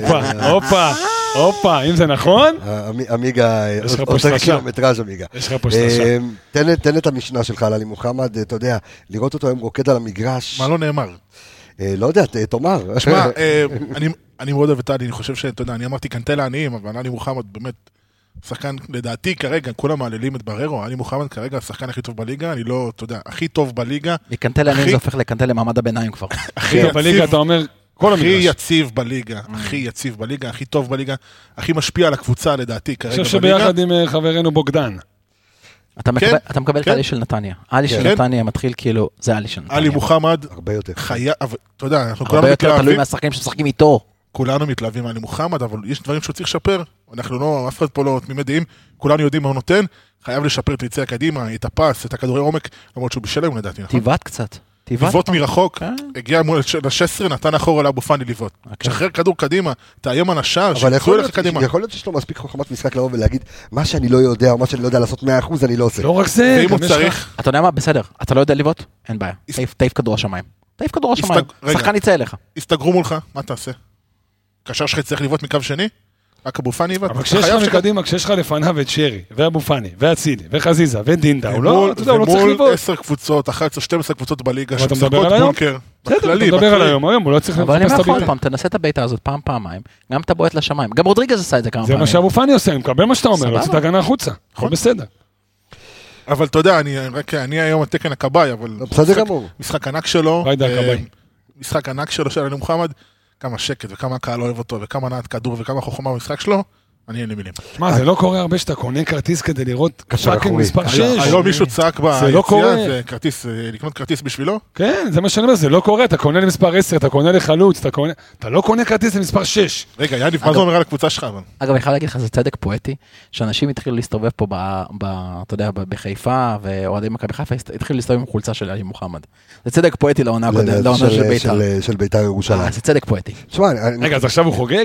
הופה, אם זה נכון? עמיגה, יותר קילומטראז' עמיגה. יש לך פה שטשה. תן את המשנה שלך על עלי מוחמד, אתה יודע, לראות אותו היום רוקד על המגרש. מה לא נאמר? לא יודע, תאמר. שמע, אני מאוד אוהב את עלי, אני חושב שאתה יודע, אני אמרתי קנטלה עניים, אבל עלי מוחמד באמת שחקן, לדעתי כרגע, כולם מעללים את בררו, עלי מוחמד כרגע השחקן הכי טוב בליגה, אני לא, אתה יודע, הכי טוב בליגה. מקנטלה עניים זה הופך לקנטלה למעמד הביניים כבר. הכי טוב בליגה, אתה אומר, כל המגרש. הכי יציב בליגה, הכי טוב בליגה, הכי משפיע על הקבוצה לדעתי כרגע בליגה. אני חושב שביחד עם חברנו בוגדן. אתה מקבל את העלי של נתניה. העלי של נתניה מתחיל כאילו, זה העלי של נתניה. עלי מוחמד, הרבה יותר. אתה יודע, אנחנו כולנו הרבה יותר מתלהבים. תלוי מהשחקנים שמשחקים איתו. כולנו מתלהבים מעלי מוחמד, אבל יש דברים שהוא צריך לשפר. אנחנו לא, אף אחד פה לא תמימי דעים, כולנו יודעים מה הוא נותן, חייב לשפר את יציאה קדימה, את הפס, את הכדורי עומק, למרות שהוא בשל היום לדעתי, נכון? טיבט קצת. ליוות מרחוק, הגיע מול ל-16, נתן אחורה לאבו פאני ליוות. שחרר כדור קדימה, תאיים על השער, שיצאו לך קדימה. יכול להיות שיש לו מספיק חוכמת משחק לבוא ולהגיד, מה שאני לא יודע, או מה שאני לא יודע לעשות 100%, אני לא עושה. לא רק זה, ואם הוא צריך... אתה יודע מה? בסדר, אתה לא יודע ליוות? אין בעיה. תעיף כדור השמיים. תעיף כדור השמיים. שחקן יצא אליך. הסתגרו מולך, מה תעשה? קשר שלך צריך ליוות מקו שני? רק אבו פאני יבט. אבל כשיש לך מקדימה, כשיש לך לפניו את שרי, ואבו פאני, ואצילי, וחזיזה, ודינדה, הוא לא צריך לבוא. ומול 10 קבוצות, 11, 12 קבוצות בליגה, שמשחקות בונקר. אתה מדבר על היום, הוא לא צריך אבל אני אומר לך עוד פעם, תנסה את הביתה הזאת פעמיים, גם אתה בועט לשמיים. גם רודריגז עשה את זה כמה פעמים. זה מה שאבו פאני עושה, אני מקבל מה שאתה אומר, להוציא את ההגנה החוצה. הכל בסדר. אבל אתה יודע, אני היום התקן הקבאי, אבל משחק ענק שלו, משחק ענק שלו של עלי מוחמד, כמה שקט וכמה הקהל אוהב אותו וכמה נעת כדור וכמה חוכמה במשחק שלו, אני אין לי מילים. מה, זה לא קורה הרבה שאתה קונה כרטיס כדי לראות פאקינג מספר 6. היום מישהו צעק ביציאה, לקנות כרטיס בשבילו? כן, זה מה שאני אומר, זה לא קורה, אתה קונה למספר 10, אתה קונה לחלוץ, אתה לא קונה כרטיס למספר 6. רגע, יניב, מה זה אומר על הקבוצה שלך? אגב, אני חייב להגיד לך, זה צדק פואטי, שאנשים התחילו להסתובב פה, אתה יודע, בחיפה, ואוהדים מכבי חיפה, התחילו להסתובב עם חולצה של עלי מוחמד. זה צדק פואטי לעונה של בית"ר ירושלים. זה צדק פואטי. רגע, אז עכשיו הוא חוגג?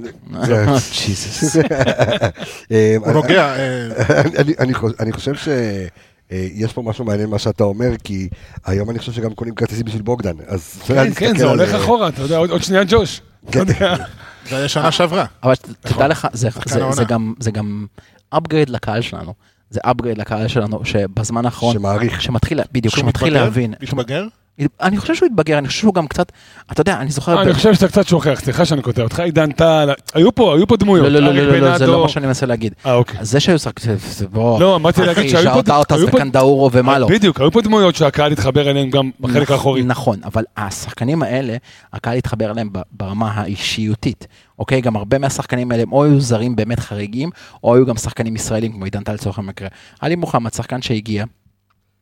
הוא נוגע. אני חושב שיש פה משהו מעניין מה שאתה אומר, כי היום אני חושב שגם קונים כרטיסים בשביל בוגדן. כן, זה הולך אחורה, אתה יודע, עוד שנייה ג'וש. זה היה שנה שעברה. אבל תדע לך, זה גם upgrade לקהל שלנו. זה upgrade לקהל שלנו, שבזמן האחרון, שמתחיל להבין. מתבגר? אני חושב שהוא התבגר, אני חושב שהוא גם קצת, אתה יודע, אני זוכר... אני חושב שאתה קצת שוכח, סליחה שאני כותב אותך, עידן טל, היו פה דמויות. לא, זה לא מה שאני מנסה להגיד. אוקיי. זה שהיו שחקנים, זה בוא... לא, אמרתי להגיד שהיו פה... שאוטאוטס וקנדאורו ומה לא. בדיוק, היו פה דמויות שהקהל התחבר אליהם גם בחלק האחורי. נכון, אבל השחקנים האלה, הקהל התחבר אליהם ברמה האישיותית. אוקיי, גם הרבה מהשחקנים האלה, או היו זרים באמת חריגים, או היו גם שחקנים ישראלים, כמו עידן טל לצורך המקרה. עלי מוחמד, שחקן שהגיע,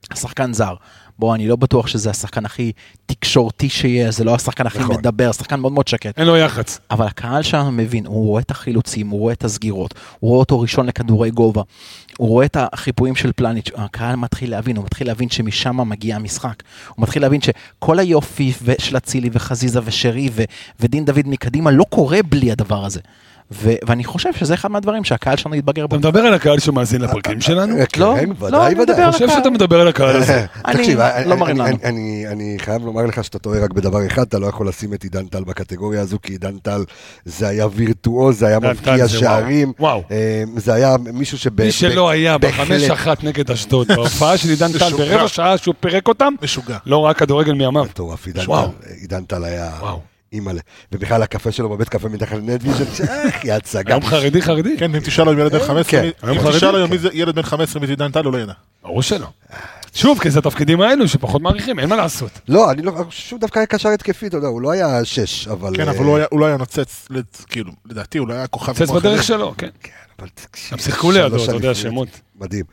השחקן זר. בוא, אני לא בטוח שזה השחקן הכי תקשורתי שיהיה, זה לא השחקן הכי מדבר, השחקן מאוד מאוד שקט. אין לו יחץ. אבל הקהל שלנו מבין, הוא רואה את החילוצים, הוא רואה את הסגירות, הוא רואה אותו ראשון לכדורי גובה, הוא רואה את החיפויים של פלניץ', הקהל מתחיל להבין, הוא מתחיל להבין שמשם מגיע המשחק, הוא מתחיל להבין שכל היופי של אצילי וחזיזה ושרי ודין דוד מקדימה לא קורה בלי הדבר הזה. ואני חושב שזה אחד מהדברים שהקהל שלנו יתבגר בו. אתה מדבר על הקהל שמאזין לפרקים שלנו? לא, ודאי, ודאי. אני חושב שאתה מדבר על הקהל הזה. תקשיב, לא מרים לנו. אני חייב לומר לך שאתה טועה רק בדבר אחד, אתה לא יכול לשים את עידן טל בקטגוריה הזו, כי עידן טל זה היה וירטואוז, זה היה מבקיע שערים, זה היה מישהו מי שלא היה ב5-1 נגד אשדוד, בהופעה של עידן טל ברבע שעה שהוא פירק אותם, משוגע. לא רק כדורגל מימיו. מטורף, עידן טל היה... אימא'לה. ובכלל הקפה שלו בבית קפה מתחת לנטוויז'ן, היא הצגה. היום חרדי. כן, אם תשאל לו עם ילד בן 15, אם תשאל לו ילד בן 15 מעידן טל, הוא לא ידע. ברור שלא. שוב, כי זה התפקידים האלו שפחות מעריכים, אין מה לעשות. לא, אני לא, שוב דווקא היה קשר התקפי, אתה יודע, הוא לא היה 6, אבל... כן, אבל הוא לא היה נוצץ, כאילו, לדעתי, הוא לא היה כוכב... נוצץ בדרך שלו, כן. כן, אבל תקשיב... הם שיחקו לידו, אתה יודע, שמות. מדהים.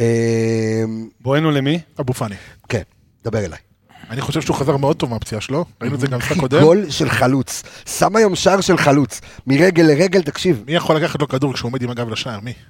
בואנו למי? אבו פאני. כן, דבר אליי. אני חושב שהוא חזר מאוד טוב מהפציעה שלו, ראינו את זה גם משחק קודם. גול של חלוץ, שם היום שער של חלוץ, מרגל לרגל, תקשיב. מי יכול לקחת לו כדור כשהוא עומד עם הגב לשער? מי?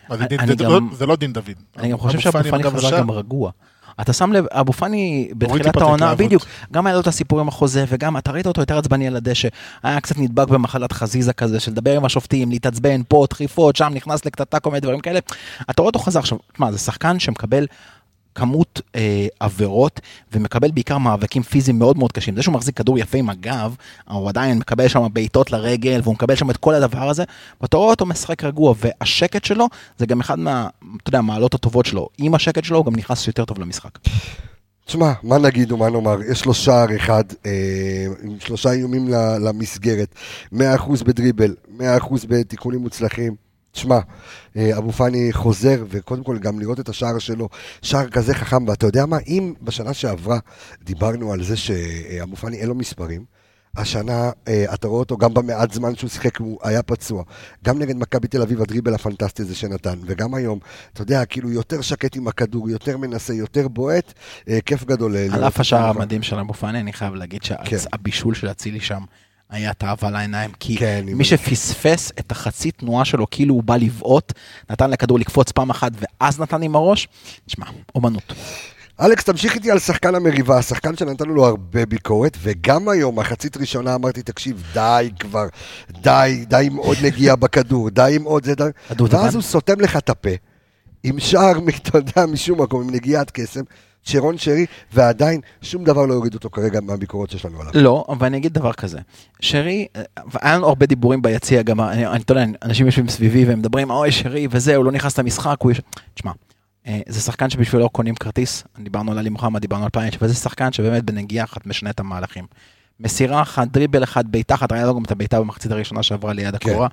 זה לא דין דוד. אני גם חושב שאבו פאני חזר גם רגוע. אתה שם לב, אבו פאני בתחילת העונה, בדיוק, גם היה לו את הסיפור עם החוזה, וגם אתה ראית אותו יותר עצבני על הדשא, היה קצת נדבק במחלת חזיזה כזה, של לדבר עם השופטים, להתעצבן פה, דחיפות, שם נכנס לקטטה, כל מיני דברים כאלה. אתה רואה אותו חזר עכשיו, מה, זה שחקן שמקבל כמות עבירות, ומקבל בעיקר מאבקים פיזיים מאוד מאוד קשים. זה שהוא מחזיק כדור יפה עם הגב, הוא עדיין מקבל שם בעיטות לרגל, והוא מקבל שם את כל הדבר הזה, ואתה רואה אותו משחק רגוע, והשקט שלו, זה גם אחד מהמעלות הטובות שלו. עם השקט שלו, הוא גם נכנס יותר טוב למשחק. תשמע, מה נגיד ומה נאמר? יש לו שער אחד, עם 3 איומים למסגרת, 100% בדריבל, 100% בתיקונים מוצלחים. תשמע, אבו פאני חוזר, וקודם כל גם לראות את השער שלו, שער כזה חכם, ואתה יודע מה, אם בשנה שעברה דיברנו על זה שאבו פאני אין לו מספרים, השנה אתה רואה אותו גם במעט זמן שהוא שיחק, הוא היה פצוע, גם נגד מכבי תל אביב הדריבל הפנטסטי הזה שנתן, וגם היום, אתה יודע, כאילו יותר שקט עם הכדור, יותר מנסה, יותר בועט, כיף גדול. על אף השער המדהים של אבו פאני, אני חייב להגיד שהבישול של אצילי שם, היה תאווה לעיניים, כי מי שפספס את החצי תנועה שלו, כאילו הוא בא לבעוט, נתן לכדור לקפוץ פעם אחת, ואז נתן עם הראש, תשמע, אומנות. אלכס, תמשיך איתי על שחקן המריבה, השחקן שנתנו לו הרבה ביקורת, וגם היום, מחצית ראשונה, אמרתי, תקשיב, די כבר, די עם עוד נגיעה בכדור, די עם עוד זה, די. ואז הוא סותם לך את הפה, עם שער, אתה יודע, משום מקום, עם נגיעת קסם, שרון שרי, ועדיין שום דבר לא יוריד אותו כרגע מהביקורות שיש לנו עליו. לא, אבל אני אגיד דבר כזה. שרי, היה לנו הרבה דיבורים ביציע, גם, אני יודע, אנשים יושבים סביבי והם מדברים, אוי, שרי וזה, הוא לא נכנס למשחק, תשמע, זה שחקן שבשבילו קונים כרטיס, דיברנו על עלי מוחמד, דיברנו על פלניץ', וזה שחקן שבאמת בנגיעה אחת משנה את המהלכים. מסירה אחת, דריבל אחד, בעיטה אחת, ראינו גם את הבעיטה במחצית הראשונה שעברה ליד הקורה.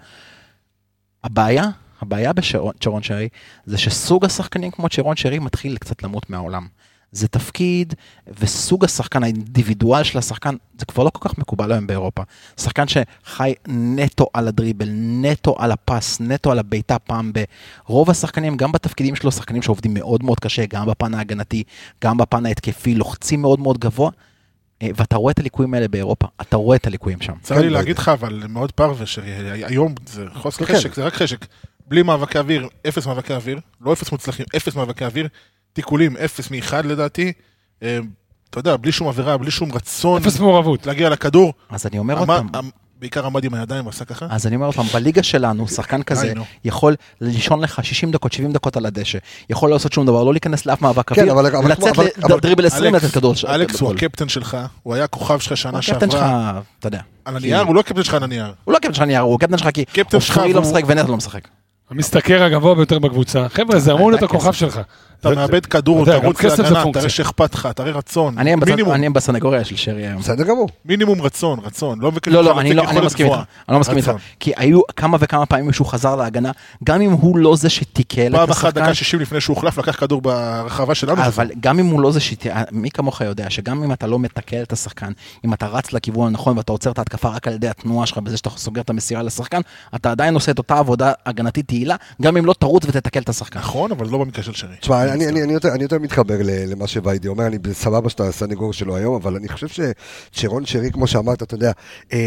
הבעיה בשרון שרי, זה שסוג השחקנים כמו שרון שרי מתחיל קצת למות מהעולם. זה תפקיד, וסוג השחקן, האינדיבידואל של השחקן, זה כבר לא כל כך מקובל היום באירופה. שחקן שחי נטו על הדריבל, נטו על הפס, נטו על הביתה פעם ברוב השחקנים, גם בתפקידים שלו, שחקנים שעובדים מאוד מאוד קשה, גם בפן ההגנתי, גם בפן ההתקפי, לוחצים מאוד מאוד גבוה, ואתה רואה את הליקויים האלה באירופה, אתה רואה את הליקויים שם. צריך לי להגיד לך, אבל מאוד פרווה, שהיום זה חוסר חשק, זה רק חשק. בלי מאבקי אוויר, 0 מאבקי אוויר, לא 0 מוצלחים, 0 מאבקי אוויר, תיקולים, 0 מ-1 לדעתי, אתה יודע, בלי שום עבירה, בלי שום רצון. 0 מעורבות. להגיע לכדור. אז אני אומר אותם. בעיקר עמד עם הידיים ועשה ככה. אז אני אומר אותם, בליגה שלנו, שחקן כזה יכול לישון לך 60 דקות, 70 דקות על הדשא, יכול לא לעשות שום דבר, לא להיכנס לאף מאבק אוויר, ולצאת לדריבל 20 לתת כדור. אלכס הוא הקפטן שלך, הוא היה כוכב שלך שנה שעברה. הקפטן שלך, אתה יודע. על הנייר, הוא לא הקפטן שלך על הנייר. הוא לא הקפטן שלך על הנייר, הוא הקפטן שלך כי אופרי לא משחק ונטו לא משחק. המשתכר הגבוה ביותר בקבוצה. חבר'ה, זה אמור להיות הכוכב שלך. אתה מאבד כדור, תרוץ להגנה, תראה שאכפת לך, תראה רצון. אני am בסנגוריה של שרי היום. בסדר גמור. מינימום רצון. לא, אני לא מסכים איתך. כי היו כמה וכמה פעמים שהוא חזר להגנה, גם אם הוא לא זה שתיקל את השחקן. פעם אחת דקה 60 לפני שהוא הוחלף, לקח כדור ברחבה שלנו. אבל גם אם הוא לא זה מי כמוך יודע, שגם אם אתה לא מתקל את השחקן, אם אתה רץ לכיוון הנכון ואתה עוצר את ההתקפה רק על ידי התנועה שלך, בזה שאתה סוגר את המסירה לשחקן, אתה עדיין עושה את אותה עבודה הגנתית תהילה, גם אם לא תרוץ ותתקל את השחקן. נכון, אבל לא במקרה של שרי. תשמע, אני יותר מתחבר למה שוויידי אומר, אני סבבה שאתה הסנגור שלו היום, אבל אני חושב שרון שרי, כמו שאמרת, אתה יודע,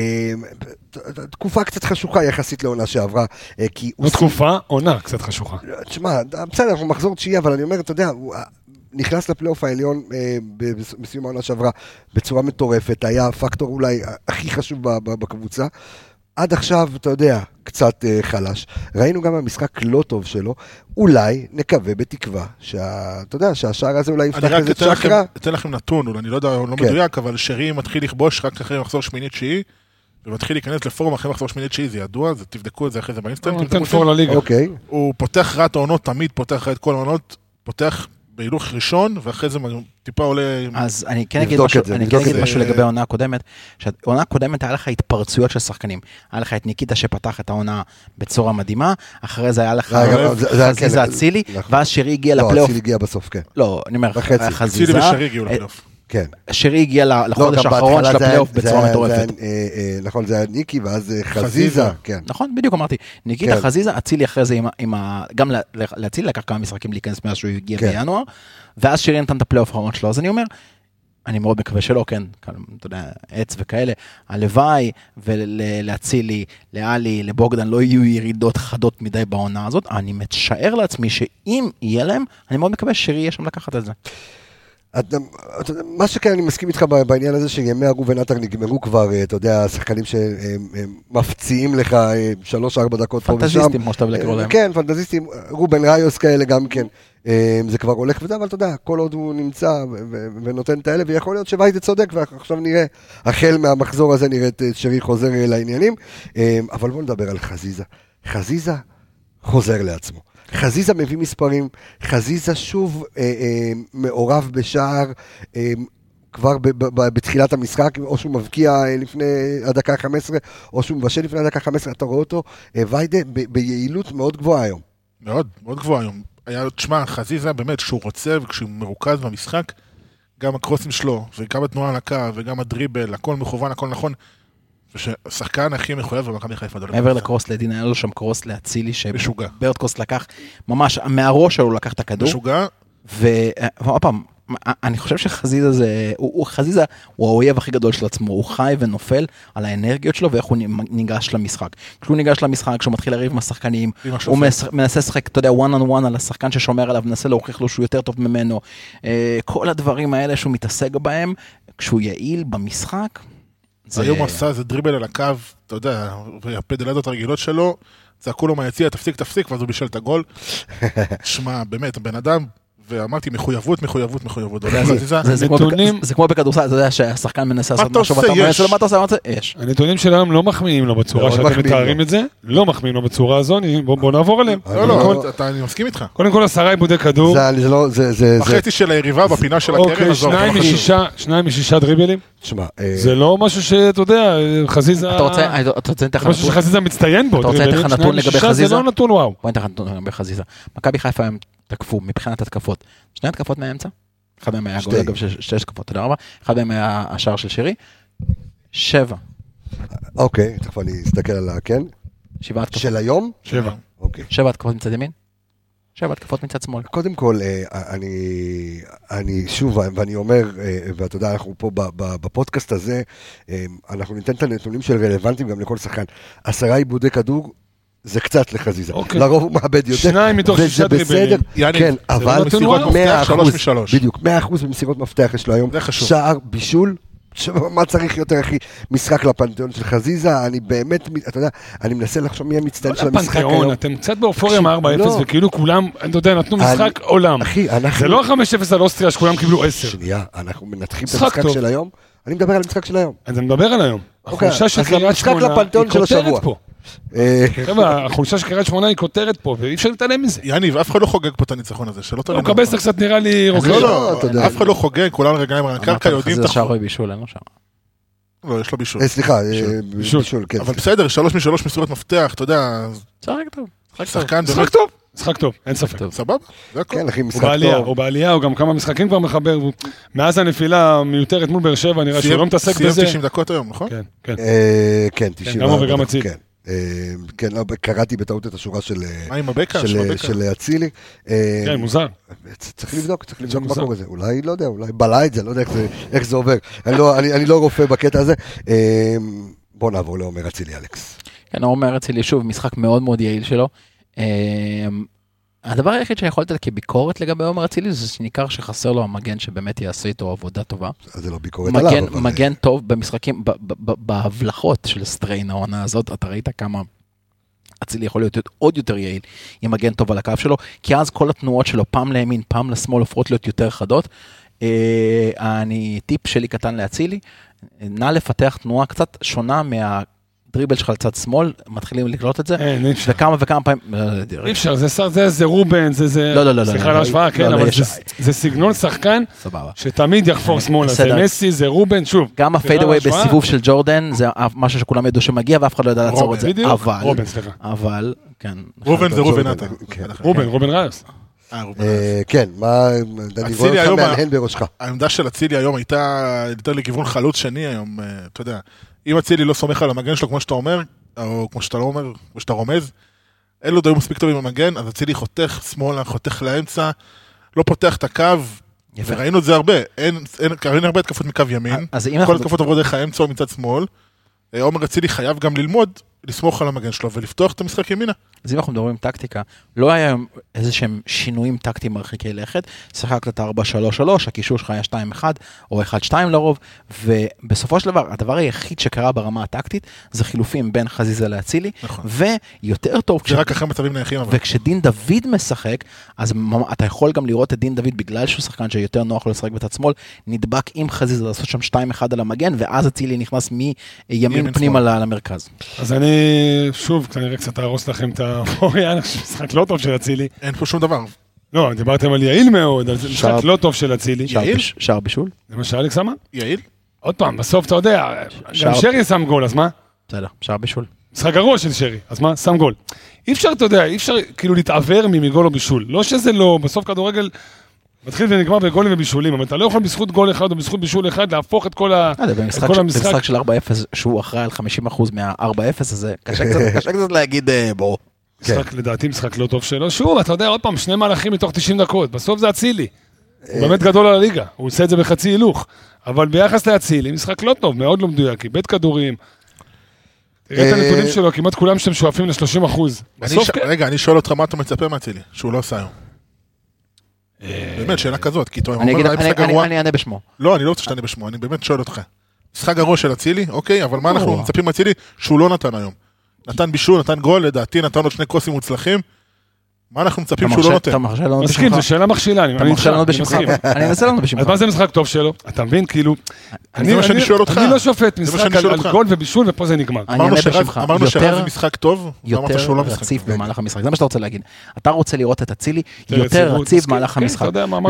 תקופה קצת חשוכה יחסית לעונה שעברה, כי לא תקופה, עונה קצת חשוכה. תשמע, בסדר, אנחנו מחזור תשיעי, אבל אני אומר, אתה יודע, הוא נכנס לפלייאוף העליון בסיום העונה שעברה בצורה מטורפת, היה הפקטור אולי הכי חשוב בקבוצה, עד עכשיו, אתה יודע, קצת חלש. ראינו גם במשחק לא טוב שלו, אולי נקווה בתקווה, אתה יודע, שהשער הזה אולי יפתח איזה צ'קרה. אני אתן לכם נתון, אני לא יודע, לא מדויק, אבל שרי מתחיל לכבוש רק אחרי מחזור שמיני-תשיעי, ומתחיל להיכנס לפורום אחרי מחזור שמיני-תשיעי, זה ידוע, תבדקו את זה אחרי זה באינסטנט. הוא פותח רעת העונות, תמיד פותח רעת כל העונות, פותח בהילוך ראשון, ואחרי זה טיפה עולה... אז אני כן אגיד משהו לגבי העונה הקודמת, שהעונה הקודמת היה לך התפרצויות של שחקנים. היה לך את ניקיטה שפתח את העונה בצורה מדהימה, אחרי זה היה לך חזיזה אצילי, ואז שרי הגיע לפלייאוף. לא, אצילי הגיע בסוף, כן. לא, אני אומר, חזיזה... אצילי ושרי הגיעו לפלייאוף. כן. שרי הגיע לחודש האחרון של הפלייאוף בצורה מטורפת. נכון, זה היה ניקי, ואז חזיזה. נכון, בדיוק אמרתי. ניקיטה, חזיזה, אצילי אחרי זה, גם לאצילי לקח כמה משחקים להיכנס מאז שהוא הגיע בינואר, ואז שרי נתן את הפלייאוף האחרון שלו. אז אני אומר, אני מאוד מקווה שלא, כן, אתה יודע, עץ וכאלה, הלוואי ולאצילי, לאלי, לבוגדן, לא יהיו ירידות חדות מדי בעונה הזאת. אני מתשאר לעצמי שאם יהיה להם, אני מאוד מקווה ששרי יהיה שם לקחת את זה. מה שכן, אני מסכים איתך בעניין הזה שימי ראובן עטר נגמרו כבר, אתה יודע, השחקנים שמפציעים לך 3-4 דקות פה ושם. פנטזיסטים, כמו שאתה לקרוא להם. כן, פנטזיסטים, רובן ראיוס כאלה גם כן. זה כבר הולך וזה, אבל אתה יודע, כל עוד הוא נמצא ונותן את האלה, ויכול להיות שוויידי צודק, ועכשיו נראה, החל מהמחזור הזה נראה את שרי חוזר לעניינים, אבל בואו נדבר על חזיזה. חזיזה חוזר לעצמו. חזיזה מביא מספרים, חזיזה שוב מעורב בשער כבר בתחילת המשחק, או שהוא מבקיע לפני הדקה 15, או שהוא מבשל לפני הדקה 15, אתה רואה אותו, ויידה ביעילות מאוד גבוהה היום. מאוד, מאוד גבוהה היום. תשמע, חזיזה באמת, כשהוא רוצה וכשהוא מרוכז במשחק, גם הקרוסים שלו, וגם התנועה על הקו, וגם הדריבל, הכל מכוון, הכל נכון, ושחקן הכי מחויב במכבי חיפה. מעבר לקרוס לדין, היה לו שם קרוס להצילי, שברטקוס לקח, ממש מהראש שלו לקח את הכדור. משוגע. ועוד פעם, אני חושב שחזיזה זה, חזיזה הוא האויב הכי גדול של עצמו, הוא חי ונופל על האנרגיות שלו ואיך הוא ניגש למשחק. כשהוא ניגש למשחק, כשהוא מתחיל לריב עם השחקנים, הוא מנסה לשחק, אתה יודע, one on one על השחקן ששומר עליו, מנסה להוכיח לו שהוא יותר טוב ממנו. כל הדברים האלה שהוא מתעסק בהם, כשהוא יעיל במשחק, היום הוא עשה איזה דריבל על הקו, אתה יודע, והפדלדות הרגילות שלו, צעקו לו מהיציע, תפסיק, ואז הוא בישל את הגול. שמע, באמת, הבן אדם, ואמרתי, מחויבות. זה כמו בכדורסל, אתה יודע שהשחקן מנסה לעשות משהו, מה אתה עושה? יש. הנתונים שלנו לא מחמיאים לו בצורה שאתם מתארים את זה, לא מחמיאים לו בצורה הזו, בואו נעבור עליהם. לא, אני מסכים איתך. קודם כל 10 עיבודי כדור. החצי של היריבה בפינה של הקרן הזו. 2 מ6 דריבלים. זה לא משהו שאתה יודע, חזיזה... אתה רוצה את משהו שחזיזה מצטיין בו. אתה רוצה את הנתון לגבי חזיזה? זה לא נתון וואו. בוא ניתן נתון לגבי חזיזה. מכבי חיפה הם תקפו מבחינת התקפות. 2 התקפות מהאמצע. אחד מהם היה גול, אגב, 6 התקפות, תודה רבה. אחד מהם היה השער של שרי. 7. אוקיי, תכף אני אסתכל על כן. 7 התקפות. של היום? 7. אוקיי. 7 התקפות מצד ימין? 7 התקפות מצד שמאל. קודם כל, אני שוב, ואני אומר, ואתה יודע, אנחנו פה בפודקאסט הזה, אנחנו ניתן את הנתונים של רלוונטיים גם לכל שחקן. 10 עיבודי כדור, זה קצת לחזיזה. לרוב הוא מאבד יותר. 2 מתוך 6 דריבלים. כן, אבל 100%, בדיוק, 100% במסירות מפתח יש לו היום. שער, בישול, מה צריך יותר, אחי? משחק לפנתיאון של חזיזה, אני באמת, אתה יודע, אני מנסה לחשוב מי המצטיין של המשחק היום. אתם קצת באופוריה מ-4-0, וכאילו כולם, אתה יודע, נתנו משחק עולם. זה לא 5-0 על אוסטריה, שכולם קיבלו 10. שנייה, אנחנו מנתחים את המשחק של היום, אני מדבר על המשחק של היום. אני מדבר על היום. החולשה של קריית שמונה היא כותרת פה. חבר'ה, החולשה של קריית שמונה היא כותרת פה, ואי אפשר להתעלם מזה. יניב, אף אחד לא חוגג פה את הניצחון הזה, שלא תראה. קבסטר קצת נראה לי רוקד. לא, אף אחד לא חוגג, כולם רגליים על הקרקע יודעים את החוק. בישול, אין לו שם. לא, יש לו בישול. סליחה, בישול, כן. אבל בסדר, 3 מ3 מסירות מפתח, אתה יודע. משחק טוב. משחק טוב, אין ספק. סבבה, זה הכל. כן, אחי, משחק טוב. הוא בעלייה, הוא גם כמה משחקים כבר מחבר, מאז הנפילה המיותרת מול באר שבע, נראה שהוא לא מתעסק בזה. סיים 90 דקות היום, נכון? כן, כן. כן, 90. גם הוא וגם הציל. כן, לא, קראתי בטעות את השורה מה עם הבקע? של אצילי. כן, מוזר. צריך לבדוק מה קורה זה. אולי, לא יודע, אולי בלה את זה, לא יודע איך זה עובר. אני לא רופא בקטע הזה. בוא נעבור לעומר אצילי, אלכס. כן, עומר אצילי, שוב, משחק מאוד מאוד יעיל שלו. הדבר היחיד שיכולת כביקורת לגבי עומר אצילי, זה שניכר שחסר לו המגן שבאמת יעשה איתו עבודה טובה. אז זה לא ביקורת עליו. מגן טוב במשחקים, בהבלחות של סטריין העונה הזאת, אתה ראית כמה אצילי יכול להיות עוד יותר יעיל, עם מגן טוב על הקו שלו, כי אז כל התנועות שלו, פעם לימין, פעם לשמאל, הופכות להיות יותר חדות. טיפ שלי קטן לאצילי, נא לפתח תנועה קצת שונה דריבל שלך לצד שמאל, מתחילים לקלוט את זה, וכמה פעמים, אי אפשר, זה רובן, לא, סליחה על ההשוואה, כן, אבל זה סגנון שחקן, שתמיד יחפור שמאלה, זה מסי, זה רובן, שוב. גם הפיידאווי בסיבוב של ג'ורדן, זה משהו שכולם ידעו שמגיע, ואף אחד לא ידע לעצור את זה, אבל, כן. רובן זה רובן אתה. רובן רייס. כן, מה, אני רואה אותך מהנהן בראשך. העמדה של אצילי היום הייתה יותר לכיוון חלוץ שני היום, אתה יודע. אם אצילי לא סומך על המגן שלו, כמו שאתה אומר, או כמו שאתה לא אומר, כמו שאתה רומז, אין לו דיום מספיק טוב עם המגן, אז אצילי חותך שמאלה, חותך לאמצע, לא פותח את הקו, וראינו את זה הרבה, אין הרבה התקפות מקו ימין, כל התקפות עוברות דרך האמצע או מצד שמאל, עומר אצילי חייב גם ללמוד, לסמוך על המגן שלו ולפתוח את המשחק ימינה. אז אם אנחנו מדברים טקטיקה, לא היה איזה שהם שינויים טקטיים מרחיקי לכת, שיחקת את 4-3-3, הקישור שלך היה 2-1 או 1-2 לרוב, ובסופו של דבר, הדבר היחיד שקרה ברמה הטקטית, זה חילופים בין חזיזה לאצילי, ויותר טוב, שרק אחרי מצבים נייחים. וכשדין דוד משחק, אז אתה יכול גם לראות את דין דוד, בגלל שהוא שחקן שיותר נוח לו לשחק בצד שמאל, נדבק עם חזיזה לעשות שם 2-1 על המגן, ואז אצילי נכנס מימין פנימה למרכז. אז אני, שוב, כנראה קצת ארוס לכם את האופוריה, משחק לא טוב של אצילי. אין פה שום דבר. לא, דיברתם על יעיל מאוד, על משחק לא טוב של אצילי. שער בישול? זה מה שאלכס אמר? יעיל? עוד פעם, בסוף אתה יודע, גם שרי שם גול, אז מה? בסדר, שער בישול. משחק גרוע של שרי, אז מה? שם גול. אי אפשר, אתה יודע, אי אפשר כאילו להתעבר מגול או בישול. לא שזה לא, בסוף כדורגל מתחיל ונגמר בגולים ובישולים, אבל אתה לא יכול בזכות גול אחד או בזכות בישול אחד להפוך את כל המשחק. במשחק של 4-0, שהוא אחראי על 50% מה-4-0, אז קשה קצת להגיד בואו. לדעתי משחק לא טוב שלו. שוב, אתה יודע, עוד פעם, 2 מהלכים מתוך 90 דקות, בסוף זה אצילי. הוא באמת גדול על הליגה, הוא עושה את זה בחצי הילוך. אבל ביחס לאצילי, משחק לא טוב, מאוד לא מדויק, איבד כדורים. תראה את הנתונים שלו, כמעט כולם שאתם שואפים ל-30%. רגע, אני שואל אותך מה אתה מצפה מאצילי, שהוא לא עושה היום. באמת, שאלה כזאת, כי אתה אומר, אני אענה בשמו. לא, אני לא רוצה שתענה בשמו, אני באמת שואל אותך. משחק גרוע של אצילי, אוקיי, אבל מה אנחנו מצפים מאצילי שהוא לא נתן היום? נתן בישול, נתן גול, לדעתי נתן עוד 2 קוסים מוצלחים. מה אנחנו מצפים שהוא לא נותן? מסכים, זו שאלה מכשילה, אני מסכים. אני אנסה לנו בשמך. אז מה זה משחק טוב שלו? אתה מבין, כאילו... זה מה שאני שואל אותך. אני לא שופט משחק על גול ובישול, ופה זה נגמר. אמרנו שרז זה משחק טוב, יותר רציף במהלך המשחק. זה מה שאתה רוצה להגיד. אתה רוצה לראות את אצילי יותר רציף במהלך המשחק.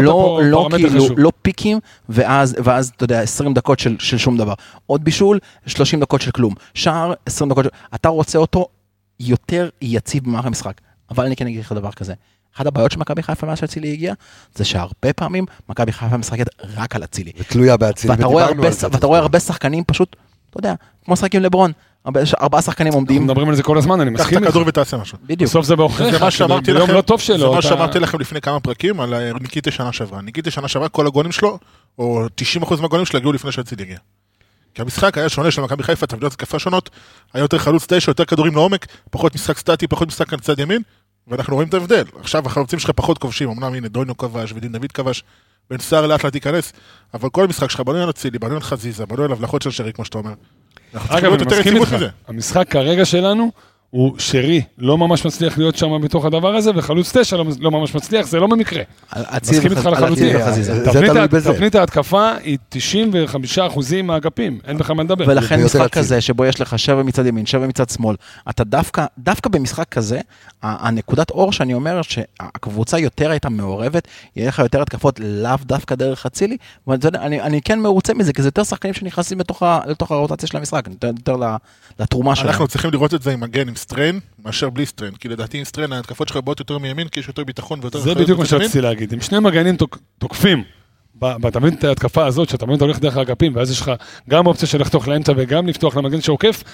לא פיקים, ואז, אתה יודע, 20 דקות של שום דבר. עוד בישול, 30 דקות של כלום. שער, 20 דקות. אתה רוצה אותו יותר יציב במהלך המשחק. אבל אני כן אגיד לך דבר כזה. אחת הבעיות של מכבי חיפה מאז שאצילי הגיע, זה שהרבה פעמים מכבי חיפה משחקת רק על אצילי. ותלויה באצילי. ואתה רואה הרבה שחקנים פשוט, אתה יודע, כמו שחקים לברון, 4 שחקנים עומדים. אנחנו מדברים על זה כל הזמן, אני מסכים. קח את הכדור ותעשה משהו. בדיוק. בסוף זה באוכריך, ביום לא טוב שלו. זה מה שאמרתי לכם לפני כמה פרקים על ניקיטה שנה שעברה. ניקיטה שנה שעברה, כל הגולים שלו, או 90% מהגולים שלו הגיעו לפני שאצילי הגיע. כי המשחק היה שונה של מכבי חיפה, תבניות התקפה שונות, היה יותר חלוץ 9, יותר כדורים לעומק, פחות משחק סטטי, פחות משחק על צד ימין, ואנחנו רואים את ההבדל. עכשיו החלוצים שלך פחות כובשים, אמנם הנה דוינו כבש ודין דוד כבש, בן סער לאט לאט ייכנס, אבל כל המשחק שלך בנוי על אצילי, בנוי על חזיזה, בנוי על הבלחות של שרי, כמו שאתה אומר. אגב, אני מסכים איתך, המשחק כרגע שלנו הוא שרי, לא ממש מצליח להיות שם בתוך הדבר הזה, וחלוץ 9 לא ממש מצליח, זה לא במקרה. מסכים איתך לחלוטין. תפנית ההתקפה היא 95% מהאגפים, אין בכלל מה לדבר. ולכן משחק כזה, שבו יש לך 7 מצד ימין, 7 מצד שמאל, אתה דווקא במשחק כזה, הנקודת אור שאני אומר שהקבוצה יותר הייתה מעורבת, יהיה לך יותר התקפות לאו דווקא דרך אצילי, ואני כן מרוצה מזה, כי זה יותר שחקנים שנכנסים לתוך הרוטציה של המשחק, יותר לתרומה שלהם. אנחנו צריכים לראות את זה עם מגן, עם סטריין, מאשר בלי סטריין, כי לדעתי עם סטריין ההתקפות שלך באות יותר מימין, כי יש יותר ביטחון ויותר... זה בדיוק מה שרציתי להגיד, אם 2 מגנים תוקפים, בתמיד את ההתקפה הזאת, שאתה תמיד הולך דרך האגפים, ואז יש לך גם אופציה של לחתוך לאמצע וגם לפתוח למגן שעוקף,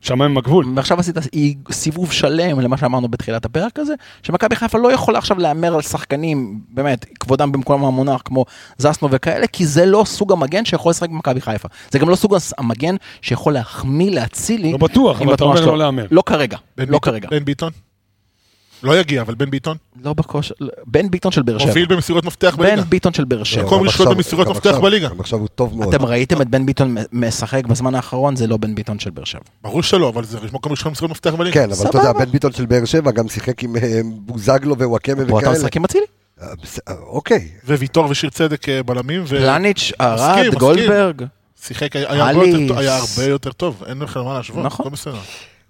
שמיים הגבול. ועכשיו עשית סיבוב שלם למה שאמרנו בתחילת הפרק הזה, שמכבי חיפה לא יכולה עכשיו לאמר על שחקנים, באמת, כבודם במקום המונח, כמו זסנו וכאלה, כי זה לא סוג המגן שיכול לשחק במכבי חיפה. זה גם לא סוג המגן שיכול להחמיא להצילי. לא בטוח, אבל אתה אומר לא לאמר. לא כרגע, לא כרגע. בן ביטון? לא יגיע, אבל בן ביטון? לא בכושר, בן ביטון של באר שבע. מוביל במסירות מפתח בליגה. בן ביטון של באר שבע. מקום ראשון במסירות מפתח בליגה. עכשיו הוא טוב מאוד. אתם ראיתם את בן ביטון משחק בזמן האחרון, זה לא בן ביטון של באר שבע. ברור שלא, אבל זה מקום ראשון במסירות מפתח בליגה. כן, אבל אתה יודע, בן ביטון של באר שבע גם שיחק עם בוזגלו ווואקמה פה אתה וכאלה. משחק עם אצילי? אוקיי. וויטור ושיר צדק בלמים. פלניץ', ארד, גולדברג. שיחק, היה הרבה יותר טוב, אין לך מה להשוות. נכון. לא בסדר.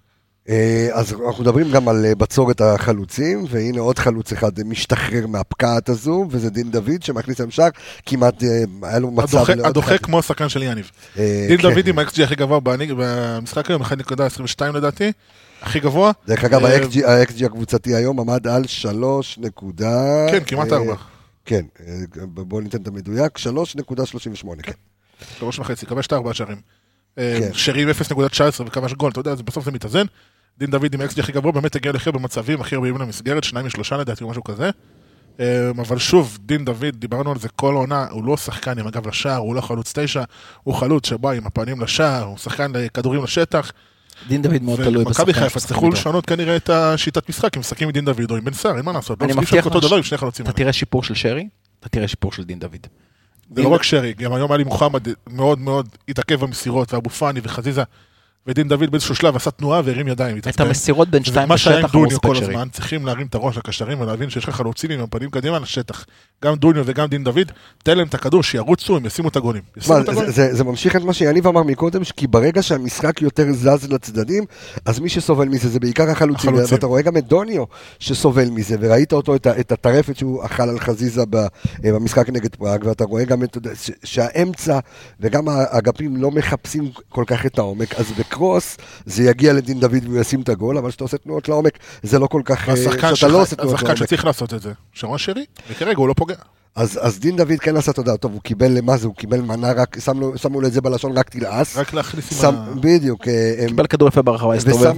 אז אנחנו מדברים גם על בצורת החלוצים, והנה עוד חלוץ אחד משתחרר מהפקעת הזו, וזה דין דוד שמכניס למשחק, כמעט היה לו מצב... הדוחק כמו השחקן של יניב. דין דוד עם ה-XG הכי גבוה במשחק היום, 1.22 לדעתי, הכי גבוה. דרך אגב, ה-XG הקבוצתי היום עמד על 3. כן, כמעט 4. כן, בואו ניתן את המדויק, 3.38, כן. 3.5, כבש 4 שערים. שרים 0.19 וכבש גול, אתה יודע, בסוף זה מתאזן. דין דוד עם ה-XG הכי גבוה, באמת הגיע לכם במצבים הכי הרבה למסגרת, 2-3 לדעתי או משהו כזה. אבל שוב, דין דוד, דיברנו על זה כל עונה, הוא לא שחקן עם הגב לשער, הוא לא חלוץ 9, הוא חלוץ שבא עם הפנים לשער, הוא שחקן לכדורים לשטח. דין דוד מאוד תלוי בשחקן. מכבי חיפה צריכו לשנות כנראה את השיטת משחק, אם משחקים עם דין דוד או עם בן סער, אין מה לעשות. אני מבטיח אתה תראה שיפור של שרי, אתה תראה שיפור של דין דוד. זה לא רק שרי, גם היום עלי מוחמד מאוד מאוד התעכב במסירות, ואבו פאני וחזיזה, ודין דוד באיזשהו שלב עשה תנועה והרים ידיים. את המסירות בין שתיים בשטח המוספק שרי. צריכים להרים את הראש לקשרים ולהבין שיש לך חלוצים עם הפנים קדימה לשטח. גם דוניו וגם דין דוד, תן להם את הכדור, שירוצו, הם ישימו את הגולים. זה ממשיך את מה שיניב אמר מקודם, כי ברגע שהמשחק יותר זז לצדדים, אז מי שסובל מזה זה בעיקר החלוצים. ואתה רואה גם את דוניו שסובל מזה, וראית אותו את הטרפת שהוא אכל על חזיזה במשחק נגד פראג, ואתה רואה גם שהאמצע וגם האגפים לא מחפשים כל כך את העומק, אז בקרוס זה יגיע לדין דוד והוא ישים את הגול, אבל שאתה עושה תנועות לעומק, זה לא כל כך, שאתה לא עושה תנועות לעומק. השחקן שצריך לעשות את זה, שרון שרי, וכרגע הוא לא פוגע. אז דין דוד כן עשה תודה, טוב, הוא קיבל למה זה, הוא קיבל מנה רק, שמו לו את זה בלשון רק תלעס. רק להכניס עם ה... בדיוק. קיבל כדור יפה ברחבה,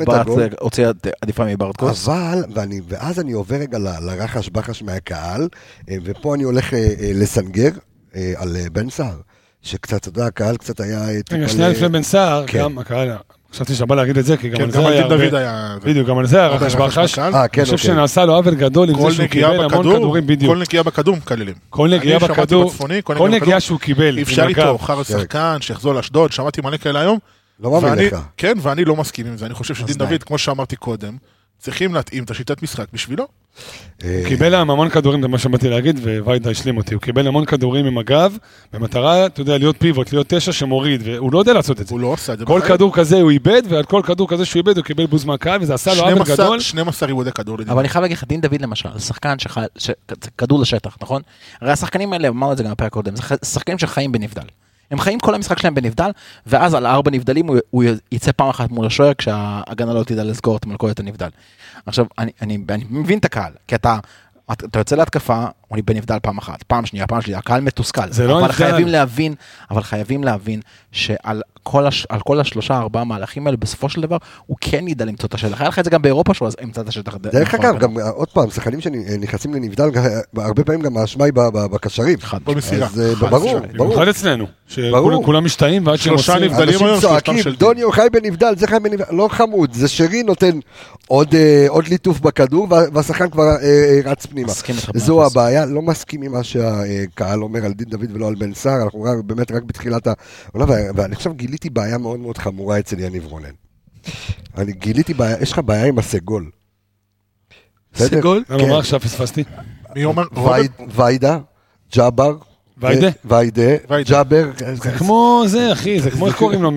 הוציא עדיפה מברדקוס. אבל, ואז אני עובר רגע לרחש בחש מהקהל, ופה אני הולך לסנגר על בן סער, שקצת, אתה יודע, הקהל קצת היה... רגע, שנייה לפני בן סער, גם הקהל... חשבתי שבא להגיד את זה, כי גם על זה היה הרבה... בדיוק, גם על זה היה רחש בחש. אני חושב שנעשה לו עוול גדול עם זה שהוא קיבל המון כדורים, בדיוק. כל נקייה בכדור מקללים. כל נקייה בכדור, כל נקייה שהוא קיבל. אפשר איתו, חר שחקן, שיחזור לאשדוד, שמעתי מלא כאלה היום. לא מאמין לך. כן, ואני לא מסכים עם זה. אני חושב שדין דוד, כמו שאמרתי קודם, צריכים להתאים את השיטת משחק בשבילו. הוא קיבל להם המון כדורים, זה מה שבאתי להגיד, וויידה השלים אותי. הוא קיבל המון כדורים עם הגב, במטרה, אתה יודע, להיות פיבוט, להיות 9 שמוריד, והוא לא יודע לעשות את זה. הוא לא עושה את זה. כל כדור כזה הוא איבד, ועל כל כדור כזה שהוא איבד, הוא קיבל בוז מהקהל, וזה עשה לו עוול גדול. 12 עיבודי כדור לדין. אבל אני חייב להגיד לך, דין דוד למשל, שחקן כדור לשטח, נכון? הרי השחקנים האלה, אמרנו את זה גם בפרק קודם, זה שחקנים שחיים בנבדל. הם חיים כל המשחק שלהם בנבדל, ואז על 4 נבדלים הוא יצא פעם אחת מול השוער, כשההגנה לא תדע לסגור את מלכודת הנבדל. עכשיו, אני מבין את הקהל, כי אתה יוצא להתקפה, הוא בנבדל פעם אחת, פעם שנייה, הקהל מתוסכל. אבל חייבים להבין שעל כל 3-4 מהלכים האלה, בסופו של דבר, הוא כן ידע למצוא את השטח. היה לך את זה גם באירופה, שהוא ימצא את השטח. דרך אגב, גם עוד פעם, שחקנים שנכנסים לנבדל, הרבה פעמים גם האשמה היא בקשרים. במסירה. ברור. במיוחד אצלנו, שכולם משתאים, ועד שהם עושים... אנשים צועקים, דוניו חי בנבדל, זה חי בנבדל, לא חמוד, זה שרי נותן עוד ליטוף בכדור, והשחקן כבר רץ פנימה. זו הבעיה, לא מסכים עם מה שהקהל אומר על דין דוד ולא על בן סער, אנחנו באמת רק בתחילת ואני חושב גיליתי בעיה מאוד מאוד חמורה אצל יניב רונן. אני גיליתי בעיה, יש לך בעיה עם הסגול. סגול? למה מה עכשיו פספסתי? מי אומר? ויידה, ג'אבר, ויידה, ג'אבר. זה כמו זה, אחי, זה כמו איך קוראים לו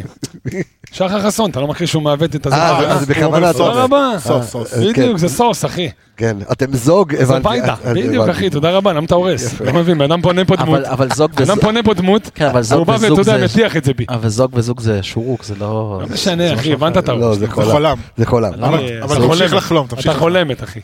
שחר חסון, אתה לא מכיר שהוא מעוות את הזה. זה בכוונה תודה רבה. בדיוק, זה סוס, אחי. כן, אתם זוג. זה ויידה, בדיוק, אחי, תודה רבה, למה אתה הורס? לא מבין, אדם פונה פה דמות. אדם פונה פה דמות, הוא בא ואתה יודע, מטיח את זה בי. אבל זוג וזוג זה שורוק, זה לא... לא משנה, אחי, הבנת את הראש. זה חולם. זה חולם. אבל תמשיך לחלום, תמשיך לחלום. אתה חולמת, אחי.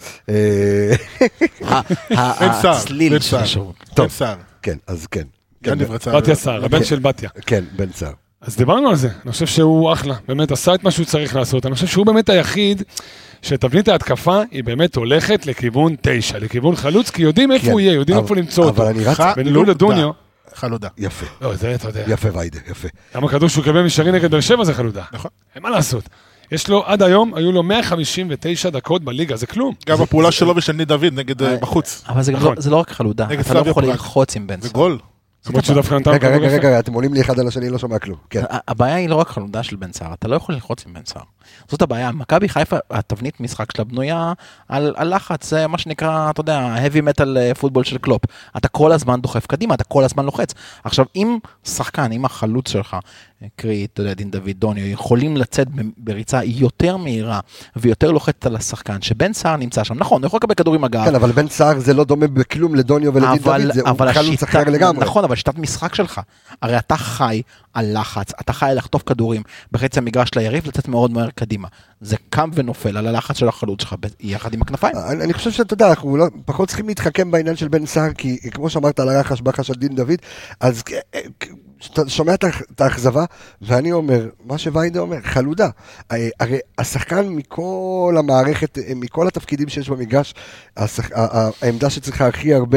הצליל של השורוק. טוב, כן, אז כן. בתיה סער, הבן של בתיה. כן, בן סער. אז דיברנו על זה, אני חושב שהוא אחלה, באמת עשה את מה שהוא צריך לעשות, אני חושב שהוא באמת היחיד שתבנית ההתקפה היא באמת הולכת לכיוון 9, לכיוון חלוץ, כי יודעים איפה הוא יהיה, יודעים איפה למצוא אותו. אבל אני רץ... בניגוד לדוניו. חלודה. יפה. לא, זה אתה יודע. יפה ויידה, יפה. גם הכדור שהוא קבל משרי נגד באר שבע זה חלודה. נכון. אין מה לעשות. יש לו, עד היום, היו לו 159 דקות בליגה, זה כלום. גם הפעולה שלו ושל ניד דוד נגד בחוץ. אבל זה לא רק חלודה, אתה לא יכול ללחוץ עם בן סער. זה גול. למרות שהוא דווקא נתן רגע, אתם עולים לי אחד על השני, לא שומע כלום. הבעיה היא לא רק חלודה של בן סער, אתה לא יכול ללחוץ עם בן סער. זאת הבעיה, מכבי חיפה, התבנית משחק שלה בנויה על לחץ, זה מה שנקרא, אתה יודע, heavy metal פוטבול של קלופ. אתה כל הזמן דוחף קדימה, אתה כל הזמן לוחץ. עכשיו, אם שחקן, אם החלוץ שלך, קרי, אתה יודע, דין דוד דוניו, יכולים לצאת בריצה יותר מהירה ויותר לוחצת על השחקן, שבן סער נמצא שם. נכון, הוא יכול לקבל כדור עם הגב. כן, אבל בן סער זה לא דומה בכלום לדוניו ולדין דוד, הוא חלוץ אחר לגמרי. נכון, אבל שיטת משחק שלך, הרי אתה חי על לחץ, אתה חי על לחטוף כדורים בחצי המגרש ליריב, לצאת מאוד מהר קדימה. זה קם ונופל על הלחץ של החלוץ שלך, יחד עם הכנפיים. אני חושב שאתה יודע, אנחנו פחות צריכים להתחכם בעניין של בן סער, כי כמו שאמרת על הרחש בחש של דין דוד, אז אתה שומע את האכזבה, ואני אומר, מה שוויידה אומר, חלודה. הרי השחקן מכל המערכת, מכל התפקידים שיש במגרש, העמדה שצריכה הכי הרבה,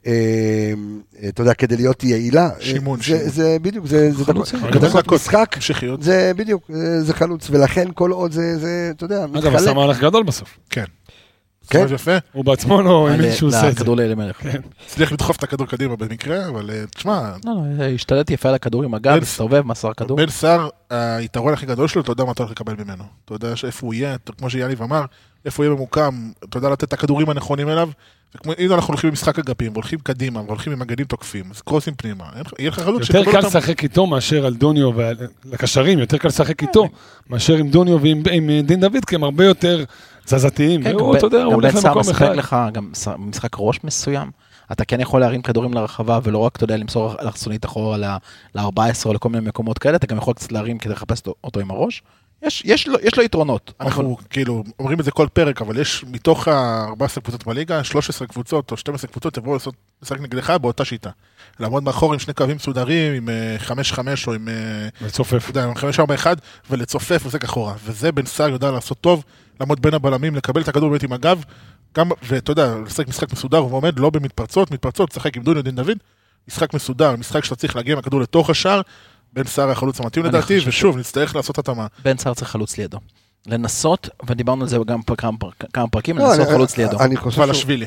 אתה יודע, כדי להיות יעילה, שימון. זה בדיוק, זה דקות משחק, זה בדיוק, זה חלוץ, ולכן כל עוד זה, אתה יודע, מתחלק. אגב, עשה מהלך גדול בסוף. כן. כן? יפה. הוא בעצמו לא האמין שהוא עושה את זה. לכדור למלך. הצליח לדחוף את הכדור קדימה במקרה, אבל תשמע... לא, השתלט יפה על הכדור עם הגב, הסתובב, מסר כדור. בן סער, היתרון הכי גדול שלו, אתה יודע מה אתה הולך לקבל ממנו. אתה יודע איפה הוא יהיה, כמו שיאניב אמר, איפה הוא יהיה ממוקם, אתה יודע לתת את הכדורים הנכונים אליו, אם אנחנו הולכים במשחק אגפים, והולכים קדימה, והולכים עם מגנים תוקפים, אז קרוסים פנימה, יהיה לך חלוץ יותר קל לשחק איתו מאשר על דוניו ולקשרים, יותר קל לשחק איתו מאשר עם דוניו ועם דין דוד, כי הם הרבה יותר תזזתיים, והוא, אתה יודע, הוא הולך למקום אחד. מספק לך גם משחק ראש מסוים, אתה כן יכול להרים כדורים לרחבה, ולא רק, אתה יודע, למסור אלכסונית אחורה ל-14 או לכל מיני מקומות כאלה, אתה גם יכול קצת להרים כדי לחפש אותו עם הראש. יש לו יתרונות. אנחנו כאילו אומרים את זה כל פרק, אבל יש מתוך ה-14 קבוצות בליגה, 13 קבוצות או 12 קבוצות יבואו לעשות משחק נגדך באותה שיטה. לעמוד מאחור עם שני קווים מסודרים, עם 5-5 או עם... לצופף. עם 5-4-1, ולצופף ומשחק אחורה. וזה בן סער יודע לעשות טוב, לעמוד בין הבלמים, לקבל את הכדור באמת עם הגב, ואתה יודע, לשחק משחק מסודר, ועומד לא במתפרצות, לשחק עם דוניו דין דוד, משחק מסודר, משחק שאתה צריך להגיע עם הכדור לתוך השער, בן סער החלוץ המתאים לדעתי, ושוב, נצטרך לעשות התאמה. בן סער צריך חלוץ לידו. לנסות, ודיברנו על זה גם כמה פרקים, לנסות חלוץ לידו. ולשווילי.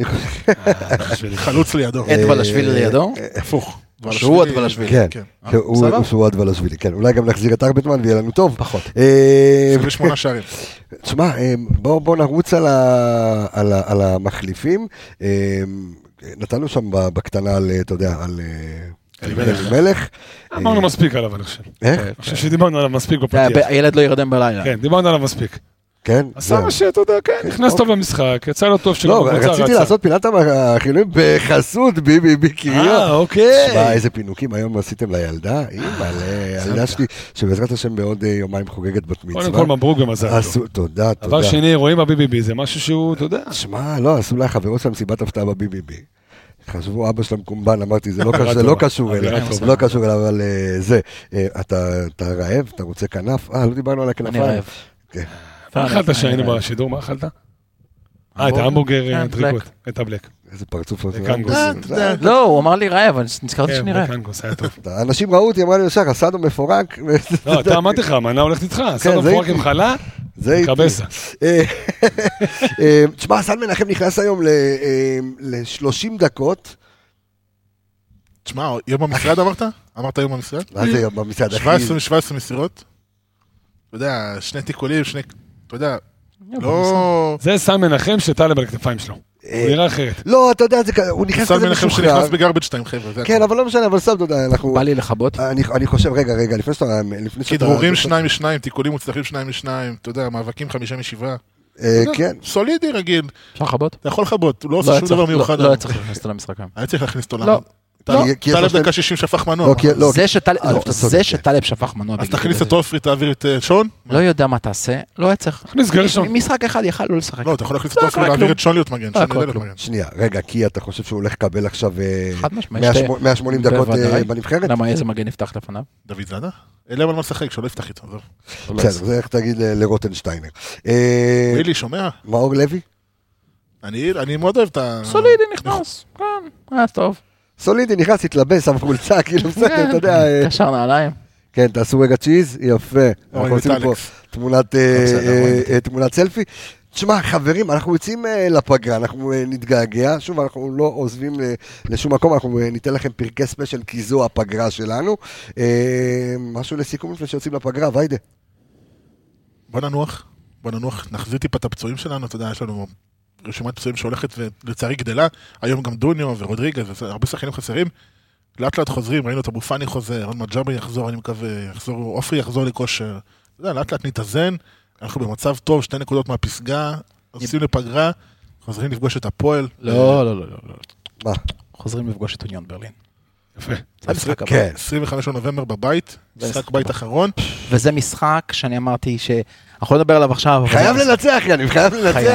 חלוץ לידו. את ולשווילי לידו? הפוך. שהוא עד ולשווילי. כן, שהוא עד ולשווילי, כן. אולי גם נחזיר את ארבטמן ויהיה לנו טוב. פחות. 28 שערים. תשמע, בואו נרוץ על המחליפים. נתנו שם בקטנה על, אתה יודע, על... מלך. אמרנו מספיק עליו, אני חושב. איך? אני חושב שדיברנו עליו מספיק בפתיח. הילד לא ירדם בלילה. כן, דיברנו עליו מספיק. כן. עשה מה שאתה יודע, כן, נכנס טוב למשחק, יצא לו טוב שלו. לא, רציתי לעשות פינת החילואים בחסות ביבי קריו. אוקיי. שמע, איזה פינוקים היום עשיתם לילדה. הילדה שלי, שבעזרת השם בעוד יומיים חוגגת בת מצווה. קודם כל מברוק ומזל טוב. תודה. דבר שני, רואים בביבי, זה משהו שהוא, אתה יודע. שמע, לא, עשו לה חברות שם סיבת הפתעה בביבי. חשבו אבא של המקומבן, אמרתי, זה לא קשור אליו, לא קשור אליו, אבל זה, אתה רעב, אתה רוצה כנף? לא דיברנו על הכנפיים. אני רעב. מה אכלת שהיינו בשידור, מה אכלת? את ההמבורגר טריקות, את הבלק. איזה פרצוף. קנגוס. לא, הוא אמר לי רעב, אבל נזכרתי שאני רעב. קנגוס, היה טוב. אנשים ראו אותי, אמרה לי ישר, הסאדו מפורק. לא, אתה אמרתי לך, המנה הולכת איתך, הסאדו מפורק עם חלה, קבסה. תשמע, סל מנחם נכנס היום ל-30 דקות. תשמע, יום במשרד אמרת? אמרת יום במשרד? מה זה יום במשרד? 17 מסירות. אתה יודע, שני תיקולים, אתה יודע, לא... זה סל מנחם שטלב על הכתפיים שלו. הוא נראה אחרת. לא, אתה יודע, הוא נכנס כזה סל מנחם שנכנס בגרבג' 2 חבר'ה. כן, אבל לא משנה, אבל סתם, אתה יודע, אנחנו... בא לי לחבות. אני חושב, רגע, לפני שאתה... כדרורים 2-2, תיקולים מוצלחים 2-2, אתה יודע, מאבקים 5-7. כן. סולידי רגיל. אפשר לחבות? אתה יכול לחבות, הוא לא עושה שום דבר מיוחד. לא צריך להכניס אותו למשחק. היה צריך להכניס אותו למשחק. טלב דקה 60 שפך מנוע. זה שטלב שפך מנוע. אז תכניס את אופרי, תעביר את שון? לא יודע מה תעשה, לא יצטרך. תכניס גרשון. משחק אחד יכל לא לשחק. לא, אתה יכול להכניס את אופרי, להעביר את שון להיות מגן. שנייה, רגע, כי אתה חושב שהוא הולך לקבל עכשיו 180 דקות בנבחרת? למה איזה מגן יפתח לפניו? דוד זאדה? אין להם על מה לשחק, שלא יפתח איתו. בסדר, זה איך תגיד לרוטנשטיינר. מילי, שומע? מאור לוי? אני מאוד אוהב את ה... סולידי נכנס, כן, טוב. סולידי נכנס, התלבס, אבל חולצה, כאילו בסדר, אתה יודע. קשר נעליים. כן, תעשו רגע צ'יז, יפה. אנחנו עושים פה תמונת סלפי. תשמע, חברים, אנחנו יוצאים לפגרה, אנחנו נתגעגע, שוב, אנחנו לא עוזבים לשום מקום, אנחנו ניתן לכם פרקי ספיישל, כי זו הפגרה שלנו. משהו לסיכום לפני שיוצאים לפגרה, ויידה. בוא ננוח, נחזיר טיפה את הפצועים שלנו, אתה יודע, יש לנו רשימת פצועים שהולכת ולצערי גדלה, היום גם דוניו ורודריגז, הרבה שחקנים חסרים, לאט לאט חוזרים, ראינו את אבו פאני חוזר, רון מג'אבי יחזור, אני מקווה, אופרי יחזור לכושר, אתה יודע, לאט לאט נתאזן, אנחנו במצב טוב, 2 נקודות מהפסגה, עושים לפגרה, חוזרים לפגוש את הפועל. לא. מה? חוזרים לפגוש את אוניון ברלין. יפה. 25 לנובמבר בבית, משחק בית אחרון. וזה משחק שאני אמרתי אנחנו לא נדבר עליו עכשיו. חייב לנצח, יאני, חייב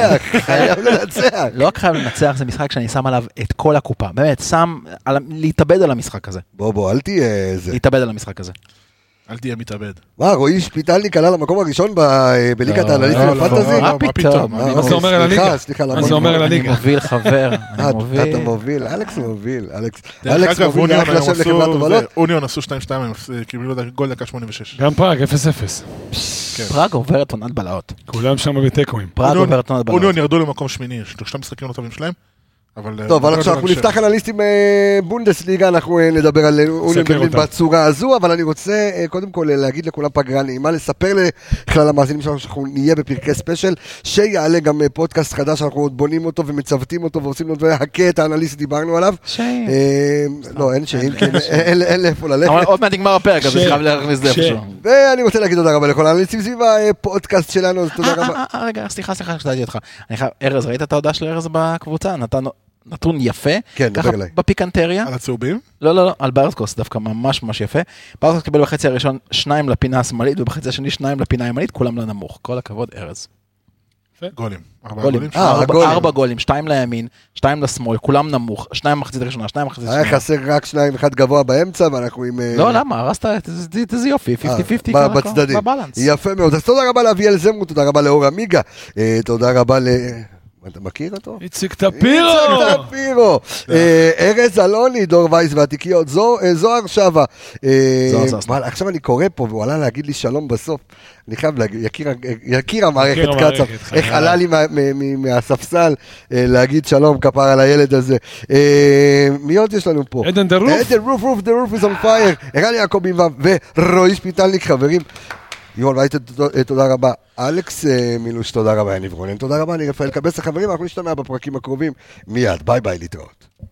לנצח. לא רק חייב לנצח, זה משחק שאני שם עליו את כל הקופה. באמת, להתאבד על המשחק הזה. בוא, אל תהיה זה. להתאבד על המשחק הזה. אל תהיה מתאבד. מה, רועי שפיטלניק עלה למקום הראשון בליגת האנליסטים בפנטזי? מה פתאום? מה זה אומר על הליגה? מה זה אומר על הליגה? אני מוביל חבר. אתה מוביל, אלכס מוביל. דרך אגב, אוניון עשו 2-2, קיבלו גול דקה 86. גם פראג, 0-0. פראג עוברת עונת בלעות. כולם שם בטקואים. פראג עוברת עונת בלעות. אוניון ירדו למקום שמיני, יש 2 משחקים לא טובים שלהם. טוב, אבל עכשיו אנחנו נפתח אנליסטים בונדסליגה, אנחנו נדבר על אוניון ברלין בצורה הזו, אבל אני רוצה קודם כל להגיד לכולם פגרה נעימה, לספר לכלל המאזינים שלנו שאנחנו נהיה בפרקי ספיישל, שיעלה גם פודקאסט חדש, אנחנו עוד בונים אותו ומצוותים אותו ועושים לו והכה את האנליסט, דיברנו עליו. לא, אין שאין, אין לאיפה ללכת. אבל עוד מעט נגמר הפרק, אז חייב להכניס זה איפשהו. ואני רוצה להגיד תודה רבה לכל האנליסטים סביב הפודקאסט שלנו, אז תודה רבה. רגע, סליחה, שתדעתי אותך. ארז, ראית את ההודעה של ארז בקבוצה? נתון יפה, ככה בפיקנטריה. על הצהובים? לא, על ברסקוס, דווקא ממש ממש יפה. ברסקוס קיבל בחצי הראשון 2 לפינה השמאלית, ובחצי השני 2 לפינה הימנית, כולם לנמוך. כל הכבוד, ארז. גולים. 4 גולים, 2 לימין, 2 לשמאל, כולם נמוך, 2 מחצית ראשונה, 2 מחצית שנייה. היה חסר רק 2, 1 גבוה באמצע, ואנחנו עם... לא, למה? הרסת את זה יופי, 50-50 בצדדים. בבלנס. יפה מאוד. אז תודה רבה לאביאל זמרו, תודה רבה לאור עמיגה, תודה רבה אתה מכיר אותו? איציק טפירו! ארז אלוני, דור וייס והתיקיות, זוהר שווה. עכשיו אני קורא פה, והוא עלה להגיד לי שלום בסוף. אני חייב להגיד, יקיר המערכת קצר. איך עלה לי מהספסל להגיד שלום כפר על הילד הזה. מי עוד יש לנו פה? עדן דה רוף. The roof is on fire. ערן יעקבי ורועי שפיטלניק, חברים. יואל וייט, תודה רבה. אלכס מילוש, תודה רבה. יניב רונן, תודה רבה. אני רפאל קבס, החברים, אנחנו נשתמע בפרקים הקרובים. מיד, ביי ביי, להתראות.